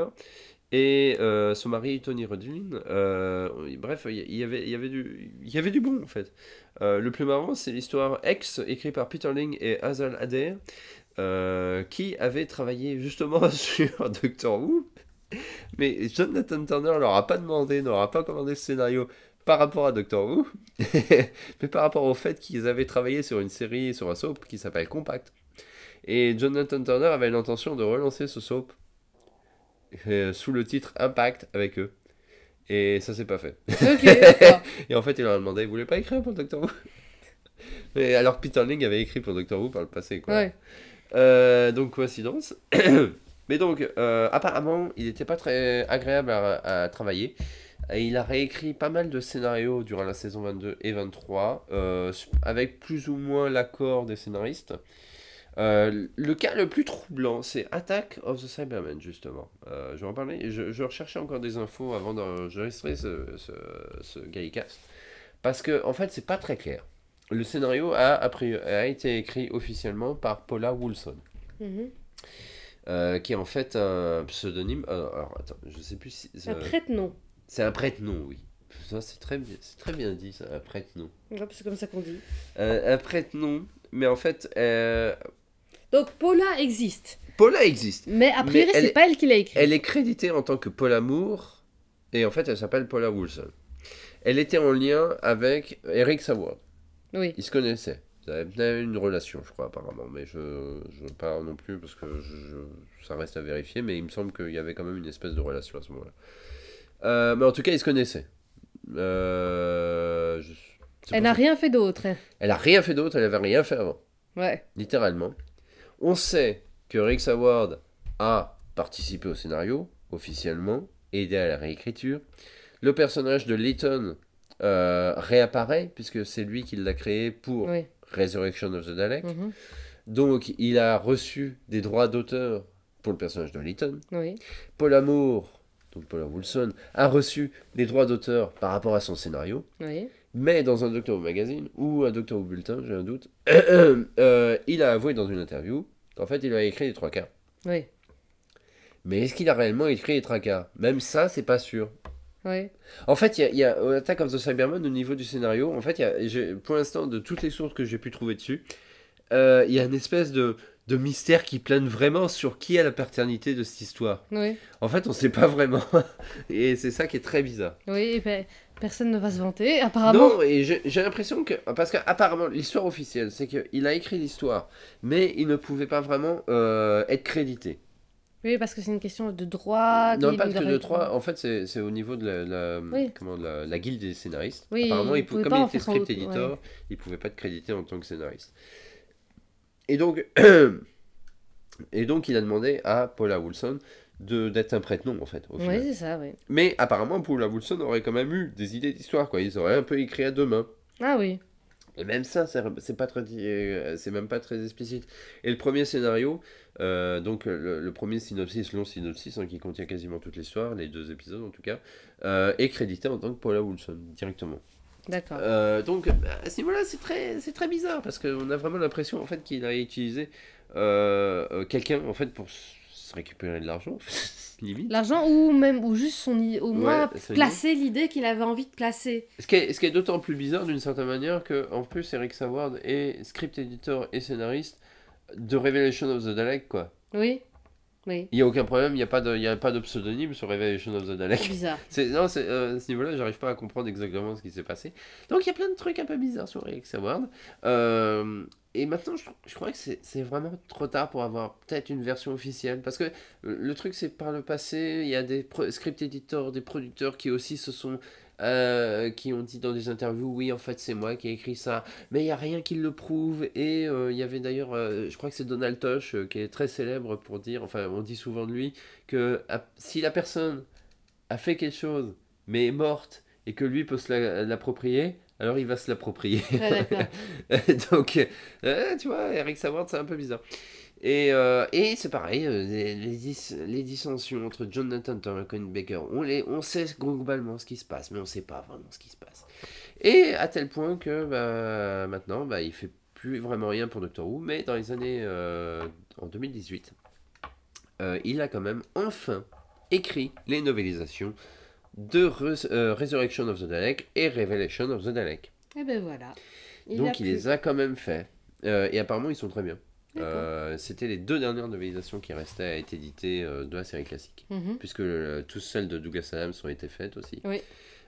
et euh, son mari Tony Rudlin. Euh, bref, il y, y avait, il y, avait du, il y avait du bon en fait. Euh, le plus marrant, c'est l'histoire X, écrite par Peter Ling et Hazel Adair, euh, qui avaient travaillé justement sur Doctor Who. Mais Jonathan Turner leur a pas demandé, leur a pas commandé ce scénario par rapport à Doctor Who, mais par rapport au fait qu'ils avaient travaillé sur une série, sur un soap qui s'appelle Compact. Et Jonathan Turner avait l'intention de relancer ce soap euh, sous le titre Impact avec eux. Et ça s'est pas fait. Ok, d'accord. Et en fait, il leur a demandé, vous voulez pas écrire pour Doctor Who? Mais alors que Peter Ling avait écrit pour Doctor Who par le passé, quoi. Ouais. Euh, donc, coïncidence. Mais donc, euh, apparemment, il n'était pas très agréable à, à travailler. Et il a réécrit pas mal de scénarios durant la saison vingt-deux et vingt-trois, euh, avec plus ou moins l'accord des scénaristes. Euh, le cas le plus troublant, c'est Attack of the Cybermen, justement. Euh, je vais en parler. Je, je recherchais encore des infos avant d'enregistrer ce, ce, ce Gaïcast. Parce que, en fait, c'est pas très clair. Le scénario a, a, priori, a été écrit officiellement par Paula Woolson. Mhm. Euh, qui est en fait un pseudonyme. Alors, alors, attends, je sais plus si. Un prête-nom. C'est un prête-nom, oui. Ça, c'est très, bien- c'est très bien dit, ça, un prête-nom. Ouais, c'est comme ça qu'on dit. Euh, un prête-nom, mais en fait, euh, Donc Paula existe. Paula existe. Mais a priori, Mais elle c'est est- pas elle qui l'a écrit. Elle est créditée en tant que Paula Moore, et en fait, elle s'appelle Paula Woolson. Elle était en lien avec Eric Saward. Oui. Ils se connaissaient. Ils avaient bien une relation, je crois, apparemment. Mais je ne parle non plus parce que je, je- ça reste à vérifier. Mais il me semble qu'il y avait quand même une espèce de relation à ce moment-là. Euh, mais en tout cas, ils se connaissaient. Euh, je- c'est Elle pour n'a ça- rien fait d'autre. hein. Elle a rien fait d'autre, elle avait rien fait avant. Ouais. Littéralement. On sait que Rick Saward a participé au scénario, officiellement, aidé à la réécriture. Le personnage de Leighton euh, réapparaît, puisque c'est lui qui l'a créé pour Oui. Resurrection of the Dalek. Mhm. Donc, il a reçu des droits d'auteur pour le personnage de Lytton. Oui. Paul Amour, donc Paula Woolson, a reçu des droits d'auteur par rapport à son scénario. Oui. Mais dans un Doctor Who Magazine, ou un Doctor Who Bulletin, j'ai un doute, euh, il a avoué dans une interview qu'en fait, il a écrit les trois quarts. Oui. Mais est-ce qu'il a réellement écrit les trois quarts? Même ça, c'est pas sûr. Oui. En fait, il y a, il y a au Attack of the Cybermen, au niveau du scénario, en fait, il y a, j'ai- pour l'instant, de toutes les sources que j'ai pu trouver dessus, euh, il y a une espèce de, de mystère qui plane vraiment sur qui a la paternité de cette histoire. Oui. En fait, on sait pas vraiment. Et c'est ça qui est très bizarre. Oui. Et ben, personne ne va se vanter, apparemment. Non, et j'ai j'ai l'impression que... Parce qu'apparemment, l'histoire officielle, c'est qu'il a écrit l'histoire, mais il ne pouvait pas vraiment euh, être crédité. Oui, parce que c'est une question de droit. Non, qu'il pas ne que de devrait- trois, en fait, c'est c'est au niveau de la, la- Oui. comment, de la, la guilde des scénaristes. Oui, Apparemment, il il pou- pouvait comme pas il en était faire son script autre- editor, ouais. il pouvait pas être crédité en tant que scénariste. Et donc, et donc il a demandé à Paula Woolson de- d'être un prête-nom, en fait, au Oui, final. c'est ça, oui. Mais apparemment, Paula Woolson aurait quand même eu des idées d'histoire, quoi. Ils auraient un peu écrit à deux mains. Ah oui. Et même ça, c'est c'est pas très, euh, c'est même pas très explicite. Et le premier scénario, euh, donc le, le premier synopsis, long synopsis, hein, qui contient quasiment toute l'histoire, les deux épisodes en tout cas, euh, est crédité en tant que Paula Woolson directement. D'accord. Euh, donc à ce niveau-là, c'est très, c'est très bizarre parce qu'on a vraiment l'impression en fait qu'il a utilisé euh, euh, quelqu'un en fait pour se récupérer de l'argent, limite. L'argent ou même ou juste son i- au moins Ouais, ça y est. placer l'idée qu'il avait envie de placer. Ce qui est, ce qui est d'autant plus bizarre d'une certaine manière que en plus Eric Saward est script editor et scénariste de Revelation of the Dalek, quoi. Oui. Oui. Il n'y a aucun problème, il n'y a pas de, il y a pas de pseudonyme sur Revelation of the C'est Dalek. bizarre. C'est, non, c'est, euh, à ce niveau-là, j'arrive pas à comprendre exactement ce qui s'est passé. Donc il y a plein de trucs un peu bizarres sur Eric Saward. Euh, et maintenant, je, je crois que c'est, c'est vraiment trop tard pour avoir peut-être une version officielle. Parce que euh, le truc, c'est que par le passé, il y a des pro- script editors, des producteurs qui aussi se sont... euh, qui ont dit dans des interviews, oui, en fait, c'est moi qui ai écrit ça. Mais il n'y a rien qui le prouve. Et euh, il y avait d'ailleurs, euh, je crois que c'est Donald Tosh, euh, qui est très célèbre pour dire, enfin, on dit souvent de lui, que ah, si la personne a fait quelque chose, mais est morte, et que lui peut se la- l'approprier, alors il va se l'approprier. Ah, d'accord. Donc, euh, tu vois, Eric Saward, c'est un peu bizarre. Et, euh, et c'est pareil, euh, les, les, dis- les dissensions entre Jonathan Turner et Colin Baker, on, les, on sait globalement ce qui se passe, mais on sait pas vraiment ce qui se passe. Et à tel point que bah, maintenant, bah, il fait plus vraiment rien pour Doctor Who, mais dans les années, euh, en deux mille dix-huit, euh, il a quand même enfin écrit les novélisations de Res- euh, Resurrection of the Dalek et Revelation of the Dalek. Et ben voilà. Il Donc a il pu. les a quand même fait. Euh, et apparemment ils sont très bien. D'accord. Euh, C'était les deux dernières novélisations qui restaient à être éditées euh, de la série classique. Mhm. Puisque euh, toutes celles de Douglas Adams ont été faites aussi. Oui.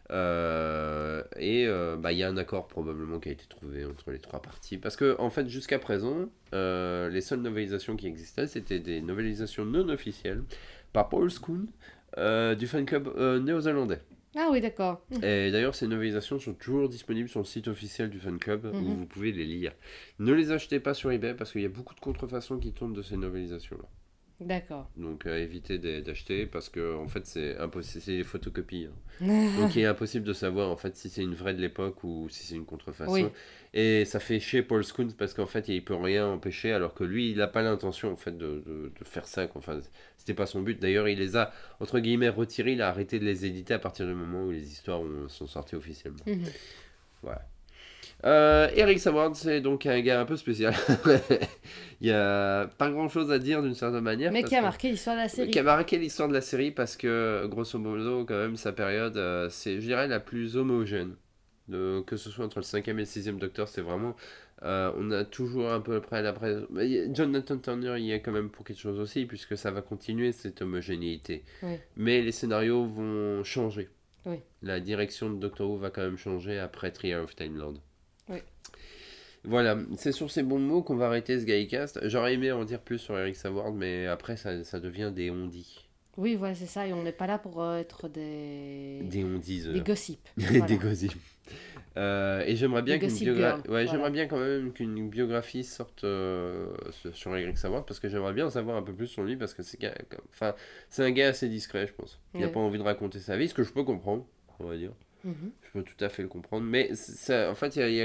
Euh, et euh, bah, il y a un accord probablement qui a été trouvé entre les trois parties. Parce que en fait jusqu'à présent, euh, les seules novélisations qui existaient, c'était des novélisations non officielles par Paul Schoon euh, du fan club euh, néo-zélandais. Ah oui, d'accord. Et d'ailleurs, ces novélisations sont toujours disponibles sur le site officiel du fan club où Mhm. vous pouvez les lire. Ne les achetez pas sur eBay parce qu'il y a beaucoup de contrefaçons qui tournent de ces novélisations-là. D'accord. Donc euh, évitez de- d'acheter parce que en fait c'est impossible, c'est des photocopies. hein. Donc il est impossible de savoir en fait si c'est une vraie de l'époque ou si c'est une contrefaçon. Oui. Et ça fait chier Paul Schoons parce qu'en fait il peut rien empêcher alors que lui il n'a pas l'intention en fait de, de, de faire ça. quoi. Enfin c'était pas son but. D'ailleurs il les a entre guillemets retirés, il a arrêté de les éditer à partir du moment où les histoires ont- sont sorties officiellement. Mhm. Voilà. Euh, Eric Saward, c'est donc un gars un peu spécial. Il y a pas grand chose à dire d'une certaine manière. Mais parce qui a que- marqué l'histoire de la série. qui a marqué l'histoire de la série parce que, grosso modo, quand même, sa période, euh, c'est, je dirais, la plus homogène. De- que ce soit entre le cinquième et le sixième Docteur, c'est vraiment. euh, on a toujours un peu près la presse. mais y a- Jonathan Turner, il y a quand même pour quelque chose aussi, puisque ça va continuer cette homogénéité. Oui. Mais les scénarios vont changer. Oui. La direction de Doctor Who va quand même changer après Trial of Time Lord. Oui. Voilà, c'est sur ces bons mots qu'on va arrêter ce Guycast. J'aurais aimé en dire plus sur Eric Saward, mais après ça, ça devient des on-dit. Oui, voilà, c'est ça. Et on n'est pas là pour euh, être des... Des on-diseurs. des gossips. Des Voilà. gossips. Euh, et j'aimerais bien Des qu'une gossip biogra- girl, ouais, voilà. j'aimerais bien quand même qu'une biographie sorte euh, sur- sur Eric Saward parce que j'aimerais bien en savoir un peu plus sur lui parce que c'est gars- enfin c'est un gars assez discret je pense. Il n'a Ouais. pas envie de raconter sa vie, ce que je peux comprendre, on va dire. Mhm. Je peux tout à fait le comprendre, mais c'est- ça, en fait il y a, il y a-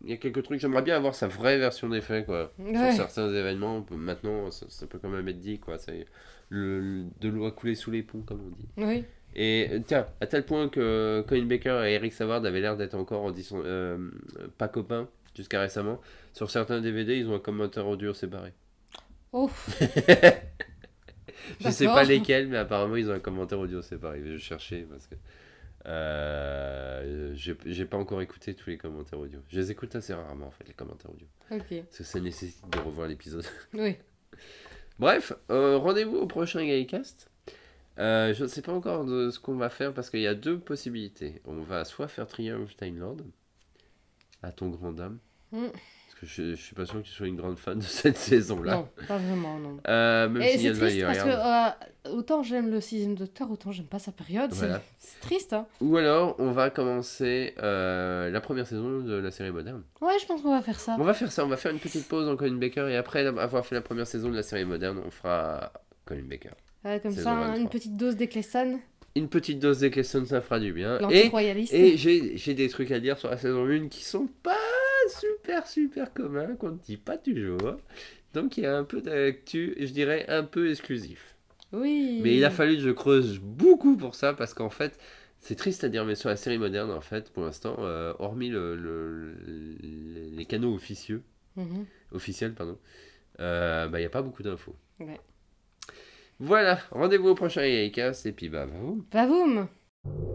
il y a quelques trucs. J'aimerais bien avoir sa vraie version des faits, quoi. Ouais. Sur certains événements, maintenant, ça, ça peut quand même être dit, quoi. C'est le, le- de l'eau a coulé sous les ponts, comme on dit. Oui. Et euh, tiens, à tel point que Colin Baker et Eric Savard avaient l'air d'être encore en disant, euh, pas copains jusqu'à récemment. Sur certains D V D, ils ont un commentaire audio séparé. Oh, Je sais d'accord. pas lesquels, mais apparemment ils ont un commentaire audio séparé. Je vais chercher parce que euh, j'ai j'ai pas encore écouté tous les commentaires audio. Je les écoute assez rarement en fait, les commentaires audio. Ok. Parce que ça nécessite de revoir l'épisode. Oui. Bref, euh, rendez-vous au prochain Gaïcast. Euh, je ne sais pas encore de ce qu'on va faire parce qu'il y a deux possibilités. On va soit faire Triumph Time Lord, à ton grand dame, Mm. parce que je, je suis pas sûr que tu sois une grande fan de cette saison-là. Non, pas vraiment, non. Euh, même Et s'il y a c'est de triste parce que Valkyria. euh, autant j'aime le sixième Docteur, autant j'aime pas sa période. c'est- Voilà. C'est triste, hein. Ou alors, on va commencer euh, la première saison de la série moderne. Ouais, je pense qu'on va faire ça. On va faire ça, on va faire une petite pause en Colin Baker et après avoir fait la première saison de la série moderne, on fera Colin Baker. Ouais, comme Saison ça, hein, vingt-trois. une petite dose d'Eccleston, Une petite dose d'Eccleston, ça fera du bien. Et, l'anti-royaliste. et j'ai j'ai des trucs à dire sur la saison un qui sont pas super super communs, qu'on ne dit pas toujours. Donc il y a un peu d'actu, et je dirais un peu exclusif. Oui. Mais il a fallu que je creuse beaucoup pour ça, parce qu'en fait, c'est triste à dire, mais sur la série moderne, en fait, pour l'instant, euh, hormis le, le- le- les canaux officieux, Mhm. officiels, pardon, euh, bah, il n'y a pas beaucoup d'infos. Ouais. Voilà, rendez-vous au prochain Yaïkas, et puis bah, bah, Bavoum.